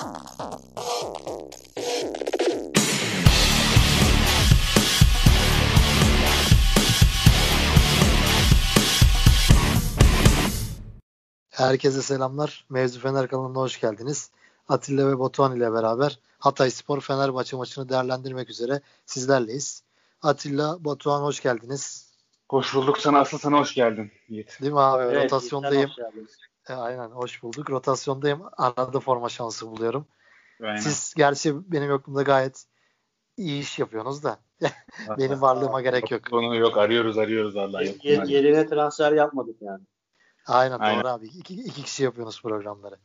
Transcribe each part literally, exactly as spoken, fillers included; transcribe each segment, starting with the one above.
Herkese selamlar. Mevzu Fener kanalına hoş geldiniz. Atilla ve Batuhan ile beraber Hatayspor Fenerbahçe maçını değerlendirmek üzere sizlerleyiz. Atilla, Batuhan hoş geldiniz. Hoş bulduk. Sana asıl sana hoş geldin Yiğit. Değil mi abi? Evet, rotasyondayım. E, aynen hoş bulduk. Rotasyondayım. Arada forma şansı buluyorum. Aynen. Siz gerçi benim yokluğumda gayet iyi iş yapıyorsunuz da. Benim varlığıma gerek yok. Bunu yok arıyoruz arıyoruz vallahi. Yok, Yer, yerine transfer yapmadık yani. Aynen, Aynen. doğru abi. İki, iki kişi yapıyorsunuz programları.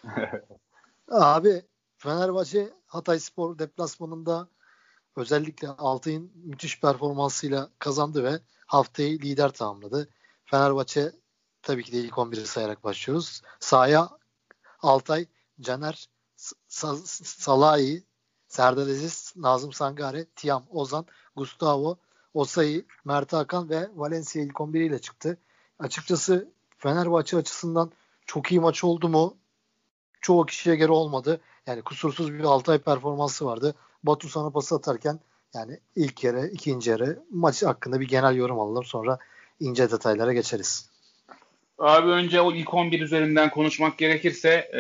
Abi Fenerbahçe Hatayspor deplasmanında özellikle Altay'ın müthiş performansıyla kazandı ve haftayı lider tamamladı. Fenerbahçe tabii ki de ilk on biri sayarak başlıyoruz. Sahaya Altay, Caner, S- Salahi, Serdar Aziz, Nazım Sangare, Tiam, Ozan, Gustavo, Osayi, Mert Hakan ve Valencia ilk on biriyle çıktı. Açıkçası Fenerbahçe açısından çok iyi maç oldu mu? Çoğu kişiye göre olmadı. Yani kusursuz bir Altay performansı vardı. Batu sana pası atarken yani ilk yarı, ikinci yarı maç hakkında bir genel yorum alalım. Sonra ince detaylara geçeriz. Abi önce o ilk on bir üzerinden konuşmak gerekirse e,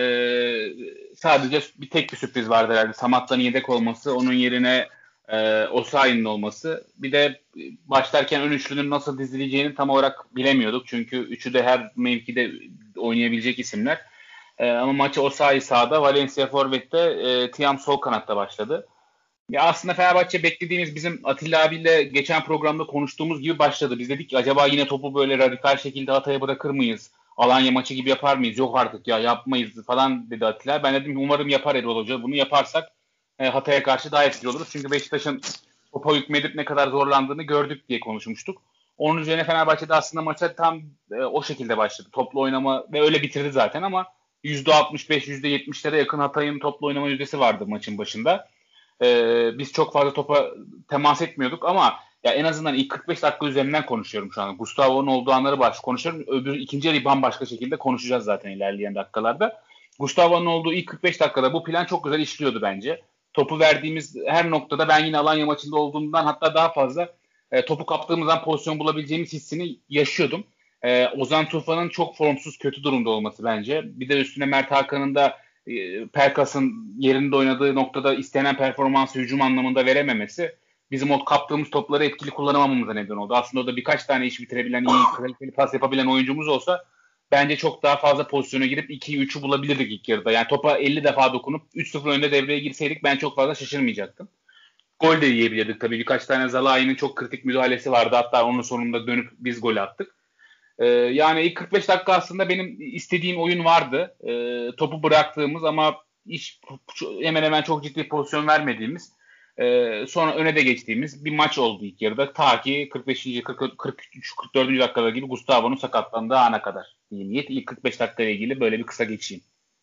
sadece bir tek bir sürpriz vardı herhalde. Samatta'nın yedek olması, onun yerine e, Osayi'nin olması. Bir de başlarken ön üçlünün nasıl dizileceğini tam olarak bilemiyorduk. Çünkü üçü de her mevkide oynayabilecek isimler. E, ama maçı Osayi sağda, Valencia forvette, e, Tiam sol kanatta başladı. Ya aslında Fenerbahçe beklediğimiz bizim Atilla abiyle geçen programda konuştuğumuz gibi başladı. Biz dedik ki acaba yine topu böyle radikal şekilde Hatay'a bırakır mıyız? Alanya maçı gibi yapar mıyız? Yok artık ya yapmayız falan dedi Atilla. Ben dedim umarım yapar Erol Hoca. Bunu yaparsak e, Hatay'a karşı daha etkili oluruz. Çünkü Beşiktaş'ın topa hükmedip ne kadar zorlandığını gördük diye konuşmuştuk. Onun üzerine Fenerbahçe'de aslında maça tam e, o şekilde başladı. Toplu oynama ve öyle bitirdi zaten ama yüzde altmış beş yüzde yetmişlere yakın Hatay'ın toplu oynama yüzdesi vardı maçın başında. Ee, biz çok fazla topa temas etmiyorduk ama ya en azından ilk kırk beş dakika üzerinden konuşuyorum şu an. Gustavo'nun olduğu anları baş konuşuyorum. Öbür ikinci yarıyı bambaşka şekilde konuşacağız zaten ilerleyen dakikalarda. Gustavo'nun olduğu ilk kırk beş dakikada bu plan çok güzel işliyordu bence. Topu verdiğimiz her noktada ben yine Alanya maçında olduğumdan hatta daha fazla e, topu kaptığımızdan pozisyon bulabileceğimiz hissini yaşıyordum. E, Ozan Tufan'ın çok formsuz kötü durumda olması bence. Bir de üstüne Mert Hakan'ın da Pelkas'ın yerinde oynadığı noktada istenen performansı hücum anlamında verememesi bizim o kaptığımız topları etkili kullanamamamıza neden oldu. Aslında o da birkaç tane iş bitirebilen, iyi kaliteli pas yapabilen oyuncumuz olsa bence çok daha fazla pozisyona girip ikiyi üçü bulabilirdik ilk yarıda. Yani topa elli defa dokunup üç sıfır önde devreye girseydik ben çok fazla şaşırmayacaktım. Gol de yiyebilirdik tabii. Birkaç tane Zalai'nin çok kritik müdahalesi vardı. Hatta onun sonunda dönüp biz gol attık. Ee, yani ilk kırk beş dakika aslında benim istediğim oyun vardı. Ee, topu bıraktığımız ama iş, hemen hemen çok ciddi pozisyon vermediğimiz, e, sonra öne de geçtiğimiz bir maç oldu ilk yarıda. Ta ki kırk beşinci kırk, kırk üç kırk dördüncü dakikada gibi Gustavo'nun sakatlandığı ana kadar. Niyet ilk kırk beş dakika ile ilgili böyle bir kısa geçeyim.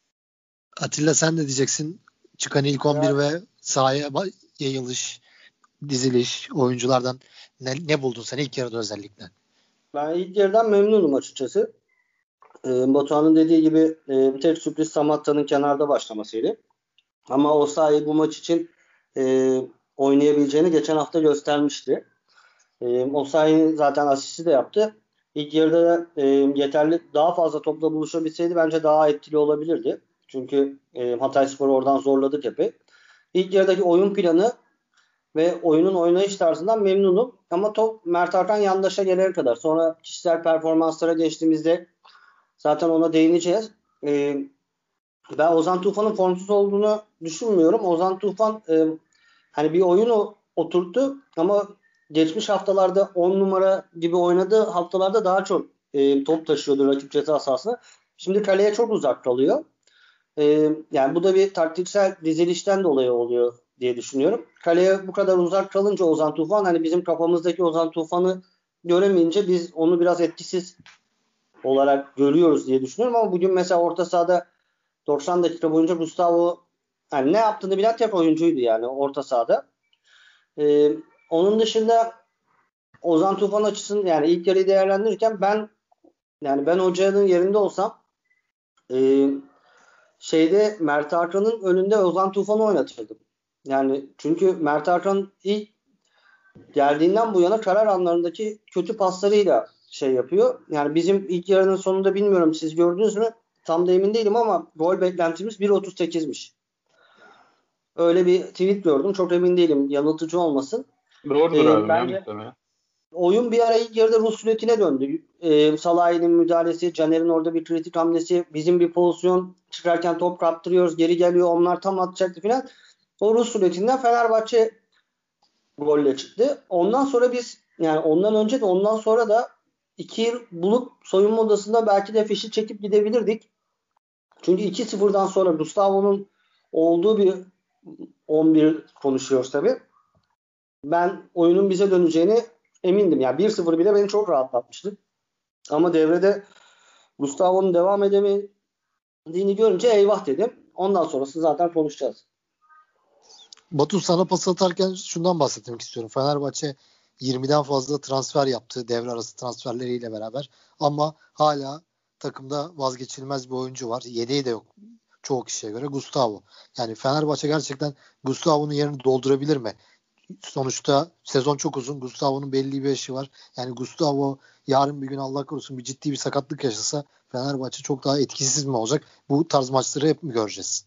Atilla sen ne diyeceksin? Çıkan ilk on bir ya. Ve sahaya yayılış, diziliş, oyunculardan ne, ne buldun sen ilk yarıda özellikle? Ben ilk yarıdan memnunum açıkçası. Ee, Batuhan'ın dediği gibi e, tek sürpriz Samatta'nın kenarda başlamasıydı. Ama Osayi bu maç için e, oynayabileceğini geçen hafta göstermişti. E, Osayi'nin zaten asisti de yaptı. İlk yarıda da e, yeterli daha fazla topla buluşabilseydi bence daha etkili olabilirdi. Çünkü e, Hatayspor'u oradan zorladık epey. İlk yarıdaki oyun planı ve oyunun oynayış tarzından memnunum. Ama top Mert Hakan yandaşa gelene kadar. Sonra kişisel performanslara geçtiğimizde zaten ona değineceğiz. Ee, ben Ozan Tufan'ın formsuz olduğunu düşünmüyorum. Ozan Tufan e, hani bir oyunu oturttu ama geçmiş haftalarda on numara gibi oynadığı haftalarda daha çok e, top taşıyordu rakip ceza sahasına. Şimdi kaleye çok uzak kalıyor. E, yani bu da bir taktiksel dizilişten dolayı oluyor diye düşünüyorum. Kaleye bu kadar uzak kalınca Ozan Tufan hani bizim kafamızdaki Ozan Tufan'ı göremeyince biz onu biraz etkisiz olarak görüyoruz diye düşünüyorum ama bugün mesela orta sahada doksan dakika boyunca Gustavo yani ne yaptığını bilen tek oyuncuydu yani orta sahada. Ee, onun dışında Ozan Tufan açısından yani ilk yarıyı değerlendirirken ben yani ben hocanın yerinde olsam e, şeyde Mert Hakan'ın önünde Ozan Tufan'ı oynatırdım. Yani çünkü Mert Hakan ilk geldiğinden bu yana karar anlarındaki kötü paslarıyla şey yapıyor. Yani bizim ilk yarının sonunda bilmiyorum siz gördünüz mü? Tam da emin değilim ama gol beklentimiz bir otuz sekizmiş. Öyle bir tweet gördüm. Çok emin değilim. Yanıltıcı olmasın. Doğrudur Ee, abi. bence Ya, oyun bir ara ilk yarıda Rus ruletine döndü. Ee, Salah'ın müdahalesi, Caner'in orada bir kritik hamlesi, bizim bir pozisyon çıkarken top kaptırıyoruz, geri geliyor, onlar tam atacaktı filan. O Rus ruletinden Fenerbahçe golle çıktı. Ondan sonra biz yani ondan önce de ondan sonra da iki yıl bulup soyunma odasında belki de fişi çekip gidebilirdik. Çünkü iki sıfırdan sonra Gustavo'nun olduğu bir on bir konuşuyoruz tabii. Ben oyunun bize döneceğini emindim. Yani bir sıfır bile beni çok rahatlatmıştı. Ama devrede Gustavo'nun devam edemediğini görünce eyvah dedim. Ondan sonrası zaten konuşacağız. Batu sana pas atarken şundan bahsetmek istiyorum. Fenerbahçe yirmiden fazla transfer yaptı devre arası transferleriyle beraber. Ama hala takımda vazgeçilmez bir oyuncu var. Yedeği de yok çoğu kişiye göre Gustavo. Yani Fenerbahçe gerçekten Gustavo'nun yerini doldurabilir mi? Sonuçta sezon çok uzun. Gustavo'nun belli bir yaşı var. Yani Gustavo yarın bir gün Allah korusun bir ciddi bir sakatlık yaşasa Fenerbahçe çok daha etkisiz mi olacak? Bu tarz maçları hep mi göreceğiz?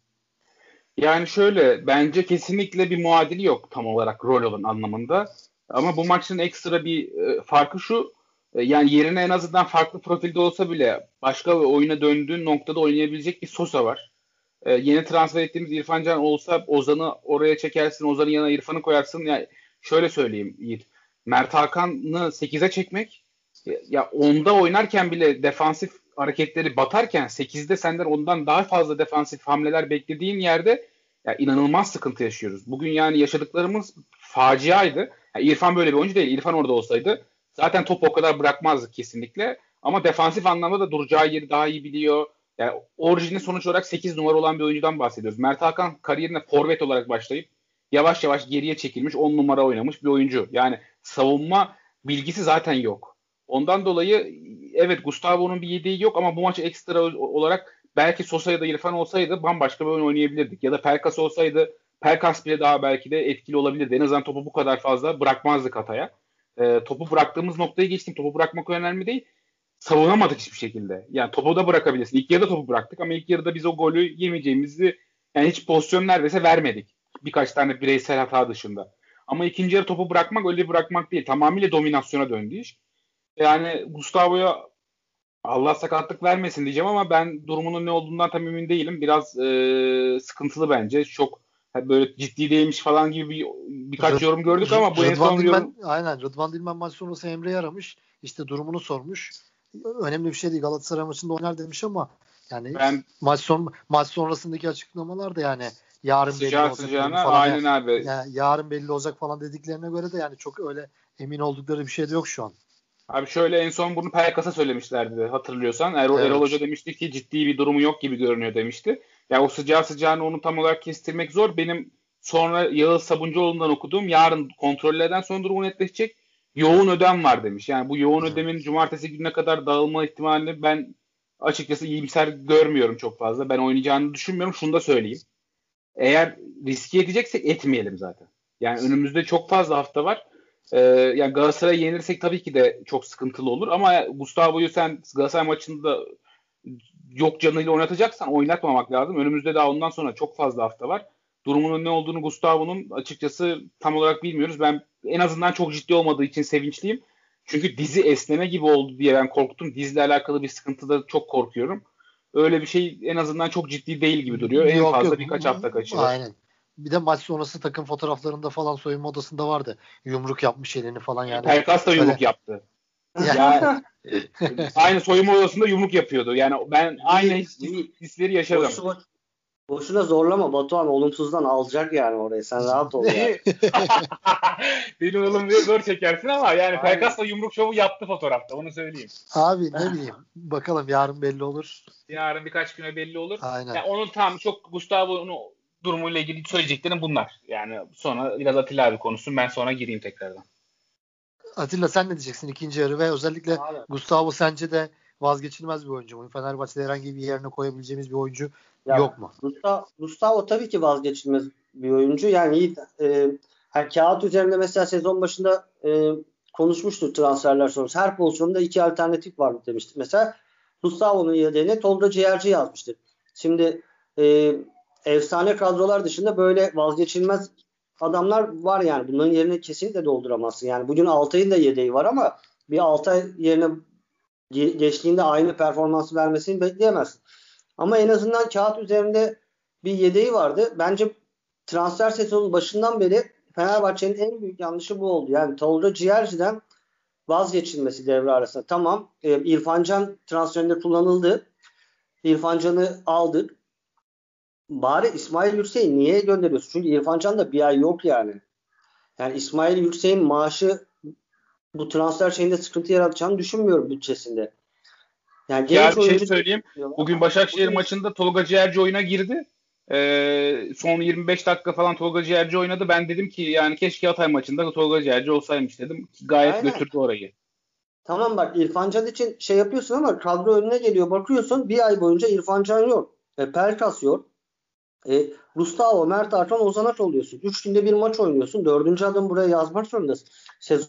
Yani şöyle bence kesinlikle bir muadili yok tam olarak rol olan anlamında. Ama bu maçın ekstra bir e, farkı şu. E, yani yerine en azından farklı profilde olsa bile başka bir oyuna döndüğün noktada oynayabilecek bir Sosa var. E, yeni transfer ettiğimiz İrfan Can olsa Ozan'ı oraya çekersin. Ozan'ın yanına İrfan'ı koyarsın. Yani şöyle söyleyeyim Yiğit. Mert Hakan'ı sekize çekmek ya, ya onda oynarken bile defansif hareketleri batarken sekizde senden ondan daha fazla defansif hamleler beklediğin yerde ya inanılmaz sıkıntı yaşıyoruz. Bugün yani yaşadıklarımız faciaydı. Yani İrfan böyle bir oyuncu değil. İrfan orada olsaydı zaten topu o kadar bırakmazdık kesinlikle. Ama defansif anlamda da duracağı yeri daha iyi biliyor. Yani orijini sonuç olarak sekiz numara olan bir oyuncudan bahsediyoruz. Mert Hakan kariyerine forvet olarak başlayıp yavaş yavaş geriye çekilmiş on numara oynamış bir oyuncu. Yani savunma bilgisi zaten yok. Ondan dolayı evet Gustavo'nun bir yedeği yok ama bu maçı ekstra olarak belki Sosa ya da İrfan olsaydı bambaşka bir oyun oynayabilirdik. Ya da Pelkas olsaydı Pelkas bile daha belki de etkili olabilirdi. En azından topu bu kadar fazla bırakmazdık hataya. E, topu bıraktığımız noktayı geçtim. Topu bırakmak önemli değil. Savunamadık hiçbir şekilde. Yani topu da bırakabilirsin. İlk yarıda topu bıraktık ama ilk yarıda biz o golü yemeyeceğimizi yani hiç pozisyon neredeyse vermedik. Birkaç tane bireysel hata dışında. Ama ikinci yarı topu bırakmak öyle bırakmak değil. Tamamıyla dominasyona döndü iş. Yani Gustavo'ya Allah sakatlık vermesin diyeceğim ama ben durumunun ne olduğundan tam emin değilim. Biraz e, sıkıntılı bence. Çok böyle ciddi değilmiş falan gibi bir, birkaç yorum gördük ama bu en Rıdvan son Dilmen, yorum... aynen Rıdvan Dilmen maç sonrası Emre'yi aramış. İşte durumunu sormuş. Önemli bir şey değil. Galatasaray maçında oynar demiş ama yani Ben maç son maç sonrasındaki açıklamalar da yani yarın belli sıcağı olacak durumu sıcağına falan ya, aynen abi. yani yarın belli olacak falan dediklerine göre de yani çok öyle emin oldukları bir şey de yok şu an. Abi şöyle en son bunu Pelkas'a söylemişlerdi hatırlıyorsan. Erol, Erol Evet. Hoca demişti ki ciddi bir durumu yok gibi görünüyor demişti. Ya o sıcağı sıcağına onu tam olarak kestirmek zor. Benim sonra Yağız Sabuncuoğlu'ndan okuduğum yarın kontrollerden sonra durumu netleşecek. Yoğun ödem var demiş. Yani bu yoğun ödemin cumartesi gününe kadar dağılma ihtimalini ben açıkçası iyimser görmüyorum çok fazla. Ben oynayacağını düşünmüyorum. Şunu da söyleyeyim. Eğer riske edeceksek etmeyelim zaten. Yani önümüzde çok fazla hafta var. Ee, yani Galatasaray'ı yenirsek tabii ki de çok sıkıntılı olur ama Gustavo'yu sen Galatasaray maçında yok canıyla oynatacaksan oynatmamak lazım. Önümüzde daha ondan sonra çok fazla hafta var. Durumunun ne olduğunu Gustavo'nun açıkçası tam olarak bilmiyoruz. Ben en azından çok ciddi olmadığı için sevinçliyim. Çünkü dizi esneme gibi oldu diye ben korktum. Dizle alakalı bir sıkıntıda çok korkuyorum. Öyle bir şey en azından çok ciddi değil gibi duruyor. En Yok yok. fazla birkaç hafta kaçırır. Aynen. Bir de maç sonrası takım fotoğraflarında falan soyunma odasında vardı. Yumruk yapmış elini falan yani. Pelkas da Öyle. yumruk yaptı. Ya aynı soyunma odasında yumruk yapıyordu. Yani ben aynı his, hisleri yaşadım. Boşuna, boşuna zorlama Batuhan. Olumsuzdan alacak yani orayı. Sen rahat ol yani. Benim oğlum diye zor çekersin ama yani Aynen. Pelkas da yumruk şovu yaptı fotoğrafta. Onu söyleyeyim. Abi ne bileyim. Bakalım yarın belli olur. Yarın birkaç güne belli olur. Aynen. Yani onun tam çok Gustavo'nun durumuyla ilgili söyleyeceklerim bunlar. Yani sonra biraz Atilla abi konuşsun. Ben sonra gireyim tekrardan. Atilla sen ne diyeceksin ikinci yarı ve özellikle Abi. Gustavo sence de vazgeçilmez bir oyuncu mu? Fenerbahçe'de herhangi bir yerine koyabileceğimiz bir oyuncu ya, yok mu? Gustavo, Gustavo tabii ki vazgeçilmez bir oyuncu. Yani iyi, e, her kağıt üzerinde mesela sezon başında e, konuşmuştuk transferler sonrası. Her pozisyonda iki alternatif vardı demiştik. Mesela Gustavo'nun yedeğine Tolga Ciğerci yazmıştık. Şimdi e, efsane kadrolar dışında böyle vazgeçilmez adamlar var yani. Bunların yerini kesinlikle dolduramazsın. Yani bugün Altay'ın da yedeği var ama bir Altay yerine geçtiğinde aynı performansı vermesini bekleyemezsin. Ama en azından kağıt üzerinde bir yedeği vardı. Bence transfer sezonun başından beri Fenerbahçe'nin en büyük yanlışı bu oldu. Yani Tolga Ciğerci'den vazgeçilmesi devre arasında. Tamam, e, İrfan Can transferinde kullanıldı. İrfan Can'ı aldık. Bari İsmail Yüksek'i niye gönderiyorsun? Çünkü İrfan Can da bir ay yok yani. Yani İsmail Yüksek'in maaşı bu transfer şeyinde sıkıntı yaratacağını düşünmüyorum bütçesinde. Yani Ya genç bir şey oyuncu söyleyeyim. Bugün Başakşehir maçında Tolga Ciğerci oyuna girdi. Ee, son yirmi beş dakika falan Tolga Ciğerci oynadı. Ben dedim ki yani keşke Hatay maçında Tolga Ciğerci olsaymış dedim. Gayet Aynen. götürdü orayı. Tamam bak İrfan Can için şey yapıyorsun ama kadro önüne geliyor. Bakıyorsun bir ay boyunca İrfan Can yok. E, Pelkas yok. E, Gustavo, Mert Hakan, Ozan Aç oluyorsun. Üç günde bir maç oynuyorsun. Dördüncü adım buraya yazmak zorundasın. Sezon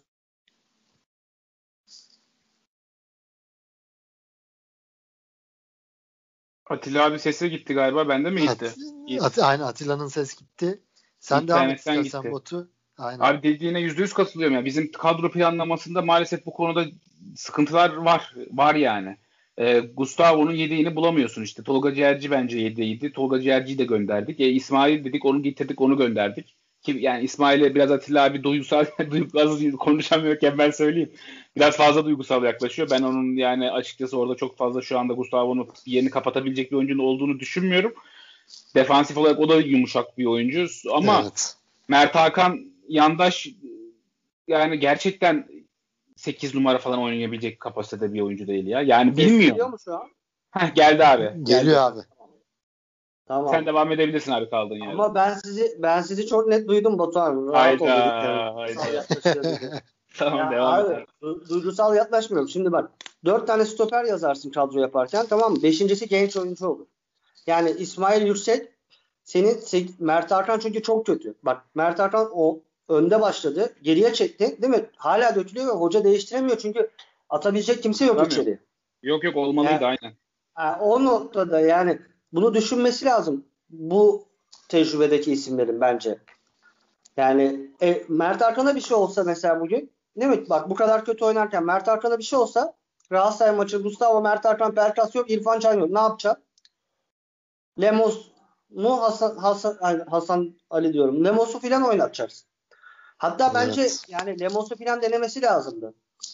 Atilla abi sesi gitti galiba. Bende mi gitti? At, At, aynen Atilla'nın ses gitti. Sen devam et İnternetten istersen gitti. Batu. Aynen. Abi dediğine yüzde yüz katılıyorum ya. Bizim kadro planlamasında maalesef bu konuda sıkıntılar var. Var yani. Ee, Gustavo'nun yedeğini bulamıyorsun işte. Tolga Ciğerci bence yedeğiydi. Tolga Ciğerci'yi de gönderdik. E, İsmail dedik, onu getirdik, onu gönderdik. Ki yani İsmail'e biraz Atilla abi duygusal, duygusal konuşamıyorken ben söyleyeyim. Biraz fazla duygusal yaklaşıyor. Ben onun yani açıkçası orada çok fazla şu anda Gustavo'nun yerini kapatabilecek bir oyuncunun olduğunu düşünmüyorum. Defansif olarak o da yumuşak bir oyuncu. Ama evet. Mert Hakan yandaş yani gerçekten sekiz numara falan oynayabilecek kapasitede bir oyuncu değil ya. Yani bilmiyorum. geliyor mu şu an? Heh, geldi abi. Geliyor geldi. abi. Tamam. Sen devam edebilirsin abi kaldığın yerden. Ama ben sizi ben sizi çok net duydum Batuhan. Rahat Hayda, ol dediklerim. hayda. Tamam Ya devam abi et. du- duygusal yaklaşmıyorum. Şimdi bak dört tane stoper yazarsın kadro yaparken, tamam mı? Beşincisi genç oyuncu olur. Yani İsmail Yüksek senin sek- Mert Hakan çünkü çok kötü. Bak Mert Hakan o önde başladı. Geriye çekti değil mi? Hala dökülüyor ve hoca değiştiremiyor çünkü atabilecek kimse yok Atamıyorum. içeri. Yok yok olmalıydı Yani, aynen. ha, o noktada yani bunu düşünmesi lazım. Bu tecrübedeki isimlerin bence. Yani e, Mert Hakan'a bir şey olsa mesela bugün, değil mi? Bak bu kadar kötü oynarken Mert Hakan'a bir şey olsa, Galatasaray maçı Gustavo, Mert Hakan, Pelkas yok, İrfan Can yok. Ne yapacak? Lemos mu Hasan, Hasan, Hasan Ali diyorum. Lemos'u filan oynatacaksın. Hatta bence Evet. yani Lemos'u filan denemesi lazımdı.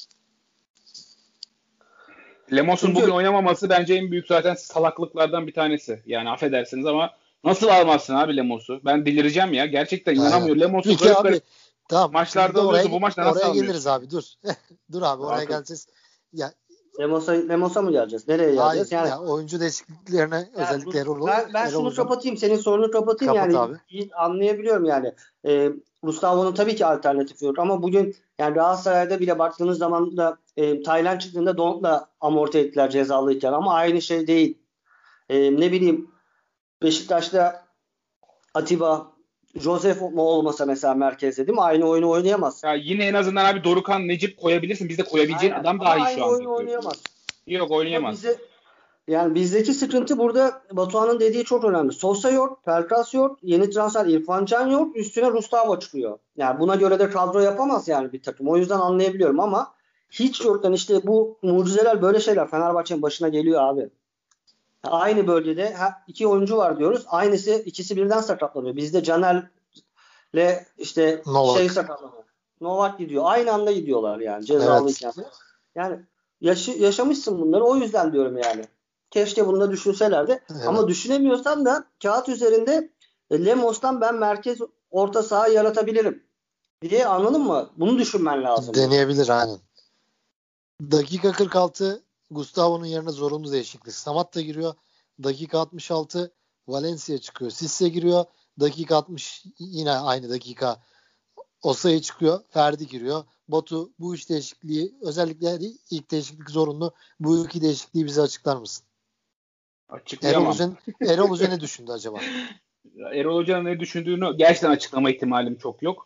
Lemos'un Çünkü bugün oynamaması bence en büyük zaten salaklıklardan bir tanesi. Yani affedersiniz ama nasıl almazsın abi Lemos'u? Ben delireceğim ya. Gerçekten Aynen. inanamıyorum. Lemos'u Peki garip abi garip tamam. maçlarda Biz de oraya, alıyordu. Bu maçta nasıl oraya almıyorsun? geliriz abi dur. dur abi oraya Abi, geleceğiz. Ya Lemos'a, Lemos'a mı geleceğiz? Nereye hayır geleceğiz? Yani, ya oyuncu değişikliklerine yani özellikle Erol, ben, ben şunu Erol'un kapatayım. Senin sorunu kapatayım. kapat Yani abi. iyi anlayabiliyorum yani. Ee, Gustavo'nun tabii ki alternatifi yok. Ama bugün yani Galatasaray'da bile baktığınız zaman da e, Taylan çıktığında Dont'la amorti ettiler cezalıyken. Ama aynı şey değil. E, ne bileyim Beşiktaş'ta Atiba, Josef mu olmasa mesela merkezde, değil mi? Aynı oyunu oynayamaz. Ya yine en azından abi Dorukhan, Necip koyabilirsin. Bizde koyabileceğin Aynen. adam Ama dahi şu aynı anda oyunu yok. oynayamaz. Yok Ama oynayamaz. bize yani bizdeki sıkıntı burada, Batuhan'ın dediği çok önemli. Sosa yok, Pelkas yok, yeni transfer İrfan Can yok, üstüne Gustavo çıkıyor. Yani buna göre de kadro yapamaz yani bir takım. O yüzden anlayabiliyorum ama hiç yoktan işte bu mucizeler, böyle şeyler Fenerbahçe'nin başına geliyor abi. Aynı bölgede iki oyuncu var diyoruz. Aynısı ikisi birden sakatlanıyor. Bizde Caner'le işte Novak. şey sakatlanıyor. Novak gidiyor. Aynı anda gidiyorlar yani Evet. cezalıyken. Yani yaşı, yaşamışsın bunları, o yüzden diyorum yani. Keşke bunu da düşünselerdi. Evet. Ama düşünemiyorsan da kağıt üzerinde e, Lemos'tan ben merkez orta saha yaratabilirim diye, anladın mı? Bunu düşünmen lazım. Deneyebilir aynen. Dakika kırk altı Gustavo'nun yerine zorunlu değişiklik. Samat da giriyor. Dakika altmış altı Valencia çıkıyor. Sisse giriyor. Dakika altmış yine aynı dakika Osayi çıkıyor. Ferdi giriyor. Batu bu üç değişikliği özellikle ilk değişiklik zorunlu. Bu iki değişikliği bize açıklar mısın? Açıklayamam. Erol Hoca, Erol Hoca ne düşündü acaba? Erol Hoca'nın ne düşündüğünü gerçekten açıklama ihtimalim çok yok.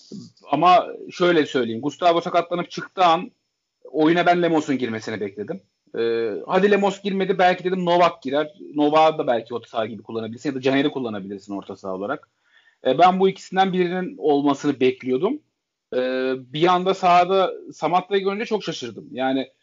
Ama şöyle söyleyeyim. Gustavo sakatlanıp çıktığı an oyuna ben Lemos'un girmesini bekledim. Ee, hadi Lemos girmedi. Belki dedim Novak girer. Novak'ı da belki orta saha gibi kullanabilirsin ya da Caner'i kullanabilirsin orta saha olarak. Ee, ben bu ikisinden birinin olmasını bekliyordum. Ee, bir anda sahada Samatta'yı görünce çok şaşırdım. Yani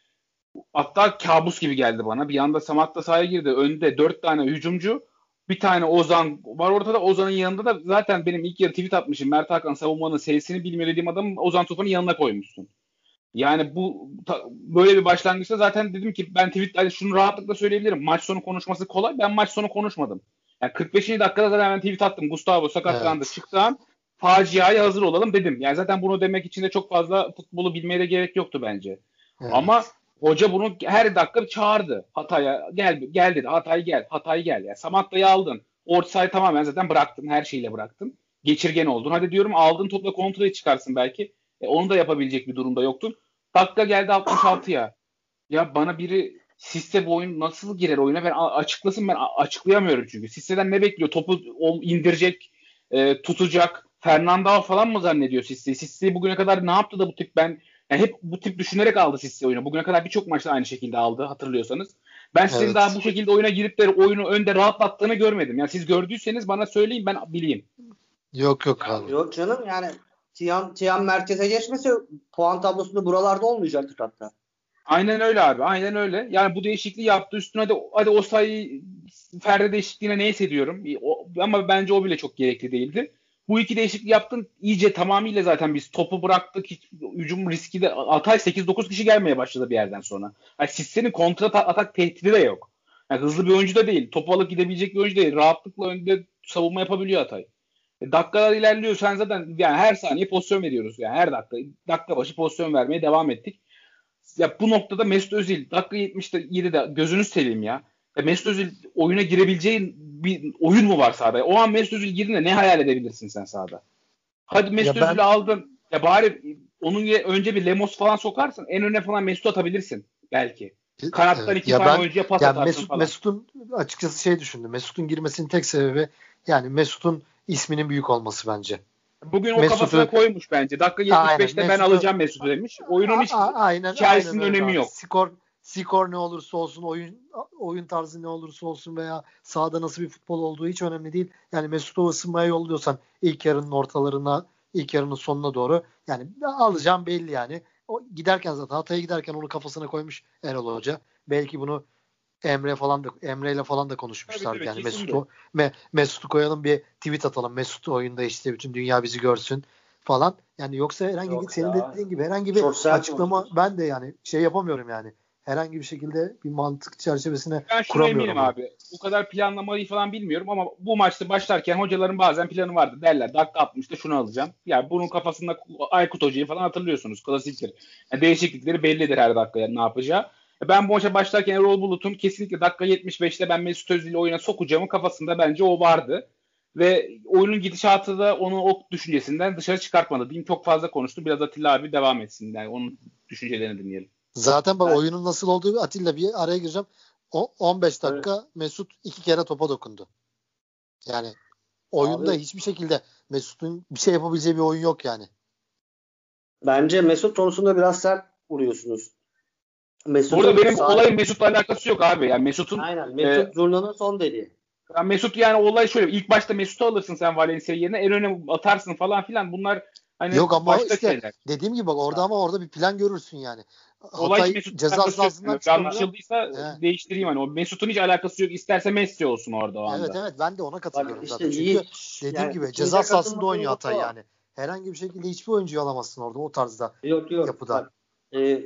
hatta kabus gibi geldi bana. Bir anda Samatta sahaya girdi. Önde dört tane hücumcu. Bir tane Ozan var ortada. Ozan'ın yanında da zaten benim ilk yarı tweet atmışım. Mert Hakan savunmanın sesini bilmiyor dediğim adamı Ozan Tufan'ın yanına koymuşsun. Yani bu ta, böyle bir başlangıçta zaten dedim ki ben tweet şunu rahatlıkla söyleyebilirim. Maç sonu konuşması kolay. Ben maç sonu konuşmadım. Yani kırk beşinci dakikada zaten ben tweet attım. Gustavo sakatlandı evet. Çıktığı an faciaya hazır olalım dedim. Yani zaten bunu demek için de çok fazla futbolu bilmeye de gerek yoktu bence. Evet. Ama hoca bunu her dakika çağırdı. Hatay'a gel gel dedi. Hatay gel. Hatay gel. Yani Samatta'yı aldın. Orta sahayı tamamen zaten bıraktın. Her şeyle bıraktın. Geçirgen oldun. Hadi diyorum aldın topla kontrolü çıkarsın belki. E, onu da yapabilecek bir durumda yoktun. Dakika geldi altmış altıya. Ya bana biri Sisse bu oyun nasıl girer oyuna ben açıklasın ben açıklayamıyorum çünkü. Sisse'den ne bekliyor? Topu indirecek, e, tutacak. Fernando falan mı zannediyor Sisse? Sisse bugüne kadar ne yaptı da bu tip ben yani hep bu tip düşünerek aldı Sisse oyunu. Bugüne kadar birçok maçta aynı şekilde aldı hatırlıyorsanız. Ben sizin evet. Daha bu şekilde oyuna girip de oyunu önde rahatlattığını görmedim. Yani siz gördüyseniz bana söyleyin ben bileyim. Yok yok abi. Yok canım yani Tiyan, Tiyan merkeze geçmese puan tablosunda buralarda olmayacaktır hatta. Aynen öyle abi. Aynen öyle. Yani bu değişikliği yaptı. Üstüne de hadi o sayı Ferdi değişikliğine neyse diyorum. O, ama bence o bile çok gerekli değildi. Bu iki değişikliği yaptın. İyice tamamıyla zaten biz topu bıraktık. Hiç, hücum riski de Altay sekiz dokuz kişi gelmeye başladı bir yerden sonra. Yani Sisse'nin kontra atak tehdidi de yok. Yani hızlı bir oyuncu da değil. Topu alıp gidebilecek bir oyuncu değil. Rahatlıkla önde savunma yapabiliyor Hatay. E, dakikalar ilerliyor. Sen zaten yani her saniye pozisyon veriyoruz. Yani her dakika dakika başı pozisyon vermeye devam ettik. Ya bu noktada Mesut Özil dakika yetmiş yedide gözünüz seveyim ya. ya. Mesut Özil oyuna girebileceğin bir oyun mu var sahada? O an Mesut Özil girdiğinde ne hayal edebilirsin sen sahada? Hadi Mesut ya Özil'i ben... aldın. Ya bari onun önce bir Lemos falan sokarsın. En öne falan Mesut atabilirsin belki. Kanattan iki ya tane ben, oyuncuya pas atarsın Mesut, falan. Mesut'un açıkçası şey düşündüm. Mesut'un girmesinin tek sebebi yani Mesut'un isminin büyük olması bence. Bugün o Mesut'u, kafasına koymuş bence. Dakika yetmiş beşte aynen, ben Mesut'u, alacağım Mesut'u demiş. Oyunun hiç aynen, hikayesinin aynen önemi yok. Skor, skor ne olursa olsun, oyun oyun tarzı ne olursa olsun veya sahada nasıl bir futbol olduğu hiç önemli değil. Yani Mesut'u ısınmaya yolluyorsan ilk yarının ortalarına, ilk yarının sonuna doğru yani alacağım belli yani. O giderken zaten Hatay'a giderken onu kafasına koymuş Erol Hoca. Belki bunu Emre falan da Emre ile falan da konuşmuşlardı yani Mesut'u Me, Mesut'u koyalım bir tweet atalım. Mesut oyunda işte bütün dünya bizi görsün falan. Yani yoksa herhangi Yok bir senin ya. dediğin gibi herhangi bir Çok açıklama ben de yani şey yapamıyorum yani. Herhangi bir şekilde bir mantık çerçevesine ben şunu kuramıyorum. eminim abi. Bu kadar planlamayı falan bilmiyorum ama bu maçta başlarken hocaların bazen planı vardı derler. Dakika altmışta şunu alacağım. Yani bunun kafasında Aykut Hoca'yı falan hatırlıyorsunuz. Klasiktir. Yani değişiklikleri bellidir her dakika yani ne yapacağı. Ben bu maça başlarken Erol Bulut'un kesinlikle dakika yetmiş beşte ben Mesut Özil'i oyuna sokacağımın kafasında bence o vardı. Ve oyunun gidişatı da onu o düşüncesinden dışarı çıkartmadı. Diyeyim çok fazla konuştu. Biraz Atilla abi devam etsin. Yani onun düşüncelerini dinleyelim. Zaten bak evet. Oyunun nasıl olduğu Atilla bir araya gireceğim. O, on beş dakika evet. Mesut iki kere topa dokundu. Yani oyunda abi, hiçbir şekilde Mesut'un bir şey yapabileceği bir oyun yok yani. Bence Mesut konusunda biraz sert vuruyorsunuz. Mesut'un Burada benim sahip... olayın Mesut'la alakası yok abi. Yani Mesut'un Aynen. Mesut e, Zurna'nın son dediği. Yani Mesut yani olay şöyle. İlk başta Mesut'u alırsın sen Valencia yerine. En öne atarsın falan filan. Bunlar hani yok ama işte şeyler. Dediğim gibi bak orada ama orada bir plan görürsün yani. Olay Hatay Mesut ceza sahasından çıkınca. Anlaşıldıysa he. değiştireyim hani. O Mesut'un hiç alakası yok. İsterse Messi olsun orada o anda. Evet evet ben de ona katılıyorum işte zaten. Çünkü iyi, dediğim yani, gibi ceza sahasında oynuyor Hatay o. yani. Herhangi bir şekilde hiçbir oyuncuyu alamazsın orada o tarzda yok, yok. yapıda. Ee,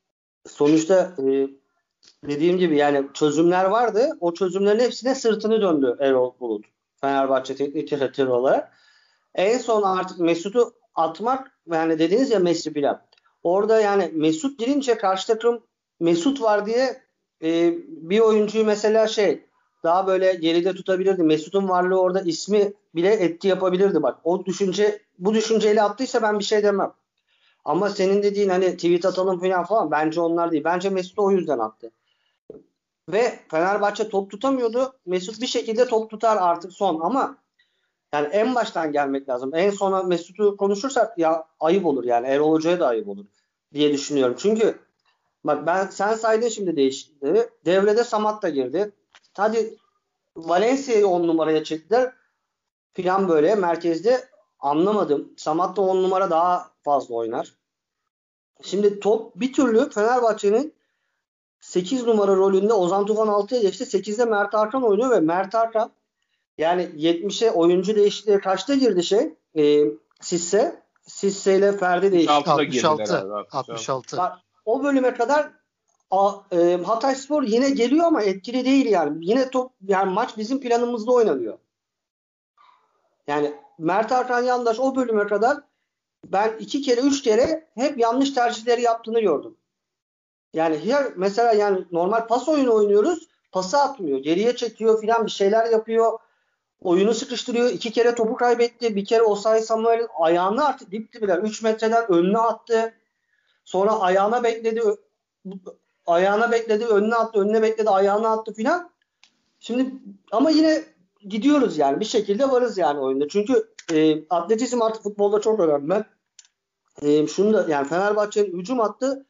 sonuçta e, dediğim gibi yani çözümler vardı. O çözümlerin hepsine sırtını döndü Erol Bulut. Fenerbahçe teknik direktörü olarak. En son artık Mesut'u atmak yani dediğiniz ya Messi plan. Orada yani Mesut girince karşı takım Mesut var diye e, bir oyuncuyu mesela şey daha böyle geride tutabilirdi. Mesut'un varlığı orada ismi bile etki yapabilirdi bak. O düşünce bu düşünceyle attıysa ben bir şey demem. Ama senin dediğin hani tweet atalım falan falan bence onlar değil. Bence Mesut o yüzden attı. Ve Fenerbahçe top tutamıyordu. Mesut bir şekilde top tutar artık son ama yani en baştan gelmek lazım. En sona Mesut'u konuşursak ya ayıp olur yani. Erol Hoca'ya da ayıp olur diye düşünüyorum. Çünkü bak ben sen saydın şimdi değişiklikleri. Devrede Samat da girdi. Hadi Valencia'yı on numaraya çektiler. Falan böyle merkezde anlamadım. Samat da on numara daha fazla oynar. Şimdi top bir türlü Fenerbahçe'nin sekiz numara rolünde Ozan Tufan altıya geçti. sekizde Mert Hakan oynuyor ve Mert Hakan yani yetmişe oyuncu değişikliği kaçta girdi şey? E, Sisse. Sisse ile Ferdi değişti. altmış altı. altmış altı. Bak, o bölüme kadar a, e, Hatayspor yine geliyor ama etkili değil yani. Yine top yani maç bizim planımızda oynanıyor. Yani Mert Hakan Yandaş o bölüme kadar ben iki kere üç kere hep yanlış tercihleri yaptığını gördüm. Yani her mesela yani normal pas oyunu oynuyoruz. Pası atmıyor. Geriye çekiyor filan bir şeyler yapıyor. Oyunu sıkıştırıyor. İki kere topu kaybetti. Bir kere Osayi Samuel'in ayağını artık dip dibine üç metreden önüne attı. Sonra ayağına bekledi. Ayağına bekledi. Önüne attı. Önüne bekledi. Ayağına attı filan. Şimdi ama yine gidiyoruz yani. Bir şekilde varız yani oyunda. Çünkü e, atletizm artık futbolda çok önemli. E, şunu da yani Fenerbahçe'nin hücum hattı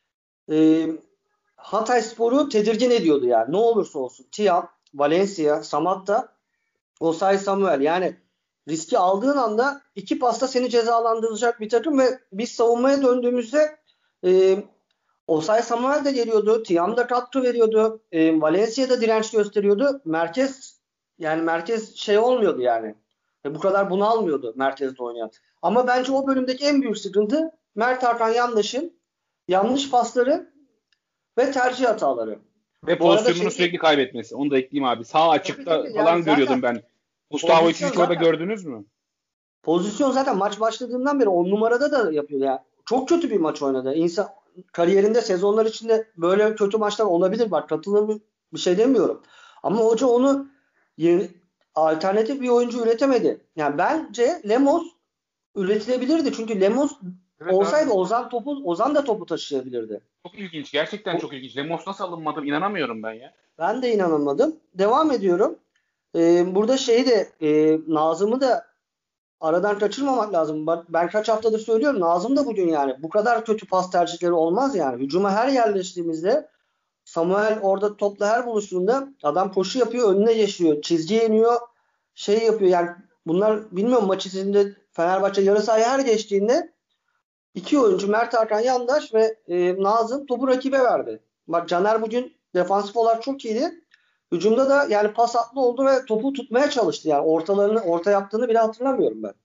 e, Hatayspor'u tedirgin ediyordu yani. Ne olursa olsun. Tiam, Valencia, Samatta, Osayi Samuel. Yani riski aldığın anda iki pasta seni cezalandıracak bir takım ve biz savunmaya döndüğümüzde e, Osayi Samuel de geliyordu. Tiam da katkı veriyordu. E, Valencia da direnç gösteriyordu. Merkez yani merkez şey olmuyordu yani. E, bu kadar bunu almıyordu merkezde oynayan. Ama bence o bölümdeki en büyük sıkıntı Mert Hakan Yandaş'ın yanlış pasları ve tercih hataları. Ve pozisyonunu şey, sürekli kaybetmesi. Onu da ekleyeyim abi. Sağ açıkta tabii, tabii. falan yani görüyordum ben. Gustavo İçiş'i orada gördünüz mü? Pozisyon zaten maç başladığından beri on numarada da yapıyor ya. Yani. Çok kötü bir maç oynadı. İnsan kariyerinde sezonlar içinde böyle kötü maçlar olabilir. Bak katılır bir şey demiyorum. Ama hoca onu yeni, alternatif bir oyuncu üretemedi. Yani bence Lemos üretilebilirdi. Çünkü Lemos evet, olsaydı abi. Ozan topu Ozan da topu taşıyabilirdi. Çok ilginç. Gerçekten o, çok ilginç. Lemos nasıl alınmadım inanamıyorum ben ya. Ben de inanamadım. Devam ediyorum. Ee, burada şeyi de e, Nazım'ı da aradan kaçırmamak lazım. Ben kaç haftadır söylüyorum. Nazım da bugün yani. Bu kadar kötü pas tercihleri olmaz yani. Hücuma her yerleştiğimizde Samuel orada topla her buluştuğunda adam koşu yapıyor. Önüne geçiyor. Çizgiye iniyor. Şey yapıyor yani. Bunlar bilmiyorum maç içinde Fenerbahçe yarı sahaya her geçtiğinde iki oyuncu Mert Hakan Yandaş ve e, Nazım topu rakibe verdi. Bak Caner bugün defansif olarak çok iyiydi. Hücumda da yani pas atlı oldu ve topu tutmaya çalıştı. Yani ortalarını orta yaptığını bile hatırlamıyorum ben.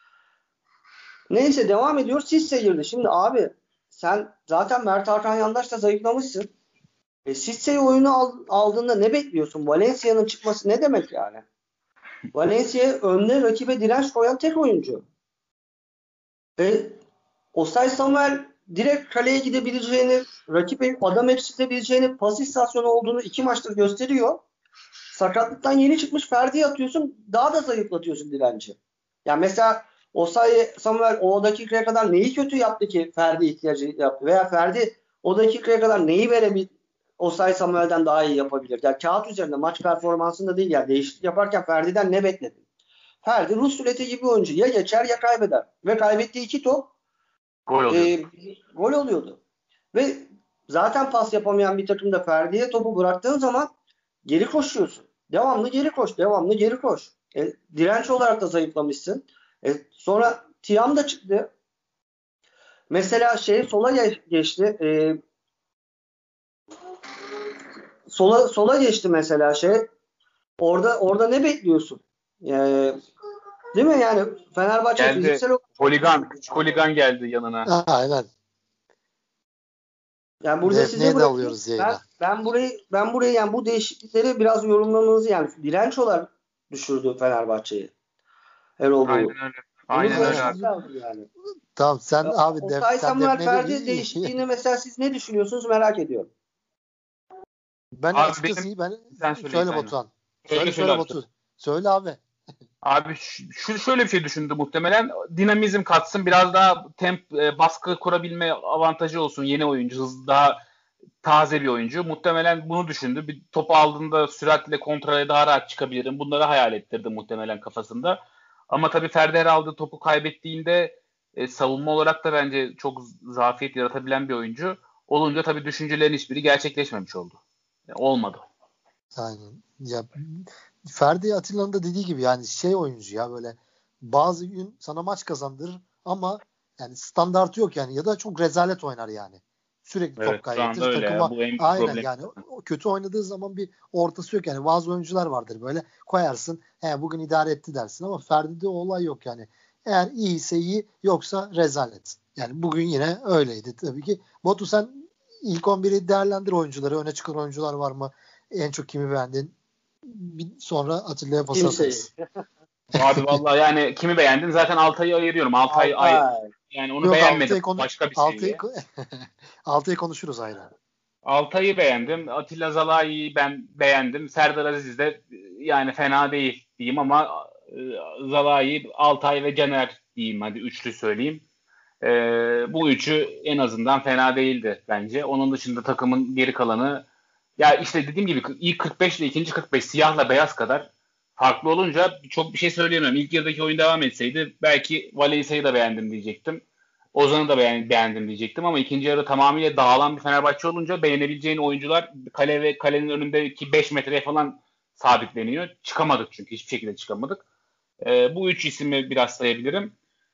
Neyse devam ediyor. Sisse girdi. Şimdi abi sen zaten Mert Hakan Yandaş'ta zayıflamışsın. E, Sisse'yi oyunu al, aldığında ne bekliyorsun? Valencia'nın çıkması ne demek yani? Valencia önde rakibe direnç koyan tek oyuncu. Ve Osayi Samuel direkt kaleye gidebileceğini, rakip adam eksiltebileceğini, pas istasyonu olduğunu iki maçtır gösteriyor. Sakatlıktan yeni çıkmış Ferdi'yi atıyorsun, daha da zayıflatıyorsun direnci. Yani mesela Osayi Samuel o dakikaya kadar neyi kötü yaptı ki Ferdi ihtiyacı yaptı? Veya Ferdi o dakikaya kadar neyi verebilir? Osayi Samuel'den daha iyi yapabilir. Yani kağıt üzerinde maç performansında değil yani değişiklik yaparken Ferdi'den ne bekledin? Ferdi Rus ruleti gibi oyuncu. Ya geçer ya kaybeder. Ve kaybettiği iki top gol oluyordu. E, gol oluyordu. Ve zaten pas yapamayan bir takımda Ferdi'ye topu bıraktığın zaman geri koşuyorsun. Devamlı geri koş. Devamlı geri koş. E, direnç olarak da zayıflamışsın. E, sonra Tiam da çıktı. Mesela şey sola geçti. E, sola sola geçti mesela şey. Orada orada ne bekliyorsun? E, değil mi yani Fenerbahçe geldi. Fiziksel... Holigan, küçük holigan geldi yanına. Ha, aynen. Yani burada ne, size alıyoruz yayına? Ben, ben burayı ben burayı yani bu değişiklikleri biraz yorumlamanızı yani direnç olarak düşürdü Fenerbahçe'yi. Erol Bolu. Aynen öyle. Aynen öyle. Yani. Tamam sen ya, abi o Osayi Samuel Ferdi değişikliğini mesela siz ne düşünüyorsunuz merak ediyorum. Ben abi açıkçası benim, ben şöyle Batuhan. Söyle söyle Batu. Söyle abi. Abi şu şöyle bir şey düşündü muhtemelen. Dinamizm katsın, biraz daha temp e, baskı kurabilme avantajı olsun, yeni oyuncu, hızlı, daha taze bir oyuncu. Muhtemelen bunu düşündü. Bir topu aldığında süratle kontraya daha rahat çıkabilirim. Bunları hayal ettirdi muhtemelen kafasında. Ama tabii Ferdi her aldığı topu kaybettiğinde e, savunma olarak da bence çok zafiyet yaratabilen bir oyuncu. Olunca tabii düşüncelerin hiçbiri gerçekleşmemiş oldu. Yani olmadı. Aynen. Ya Ferdi Atilla'nın da dediği gibi yani şey oyuncu ya, böyle bazı gün sana maç kazandırır ama yani standartı yok yani, ya da çok rezalet oynar yani. Sürekli Evet, top kaybettirir. Takıma ya, bu en aynen problem. yani o kötü oynadığı zaman bir ortası yok yani. Bazı oyuncular vardır böyle koyarsın, he bugün idare etti dersin, ama Ferdi'de o olay yok yani. Eğer iyiyse iyi, yoksa rezalet. Yani bugün yine öyleydi tabii ki. Batu, sen ilk on biri değerlendir oyuncuları. Öne çıkan oyuncular var mı? En çok kimi beğendin? Bir sonra Atilla'ya pas atarız. Abi vallahi yani kimi beğendin? Zaten Altay'ı ayırıyorum. Altay, Altay. ay, yani onu Yok, beğenmedim. konu- Başka bir Altay'ı seviye. Altay'ı konuşuruz ayrı. Altay'ı beğendim. Atilla Zalai'yi ben beğendim. Serdar Aziz de yani fena değil diyeyim, ama e, Zalai, Altay ve Caner diyeyim, hadi üçlü söyleyeyim. E, bu üçü en azından fena değildi bence. Onun dışında takımın geri kalanı, ya işte dediğim gibi ilk kırk beş ile ikinci kırk beş siyahla beyaz kadar farklı olunca çok bir şey söyleyemem. İlk yarıdaki oyun devam etseydi belki Valencia'yı da beğendim diyecektim. Ozan'ı da beğen, beğendim diyecektim, ama ikinci yarı tamamıyla dağılan bir Fenerbahçe olunca beğenebileceğin oyuncular kale ve kalenin önündeki beş metreye falan sabitleniyor. Çıkamadık çünkü hiçbir şekilde çıkamadık. Ee, bu üç ismi biraz sayabilirim.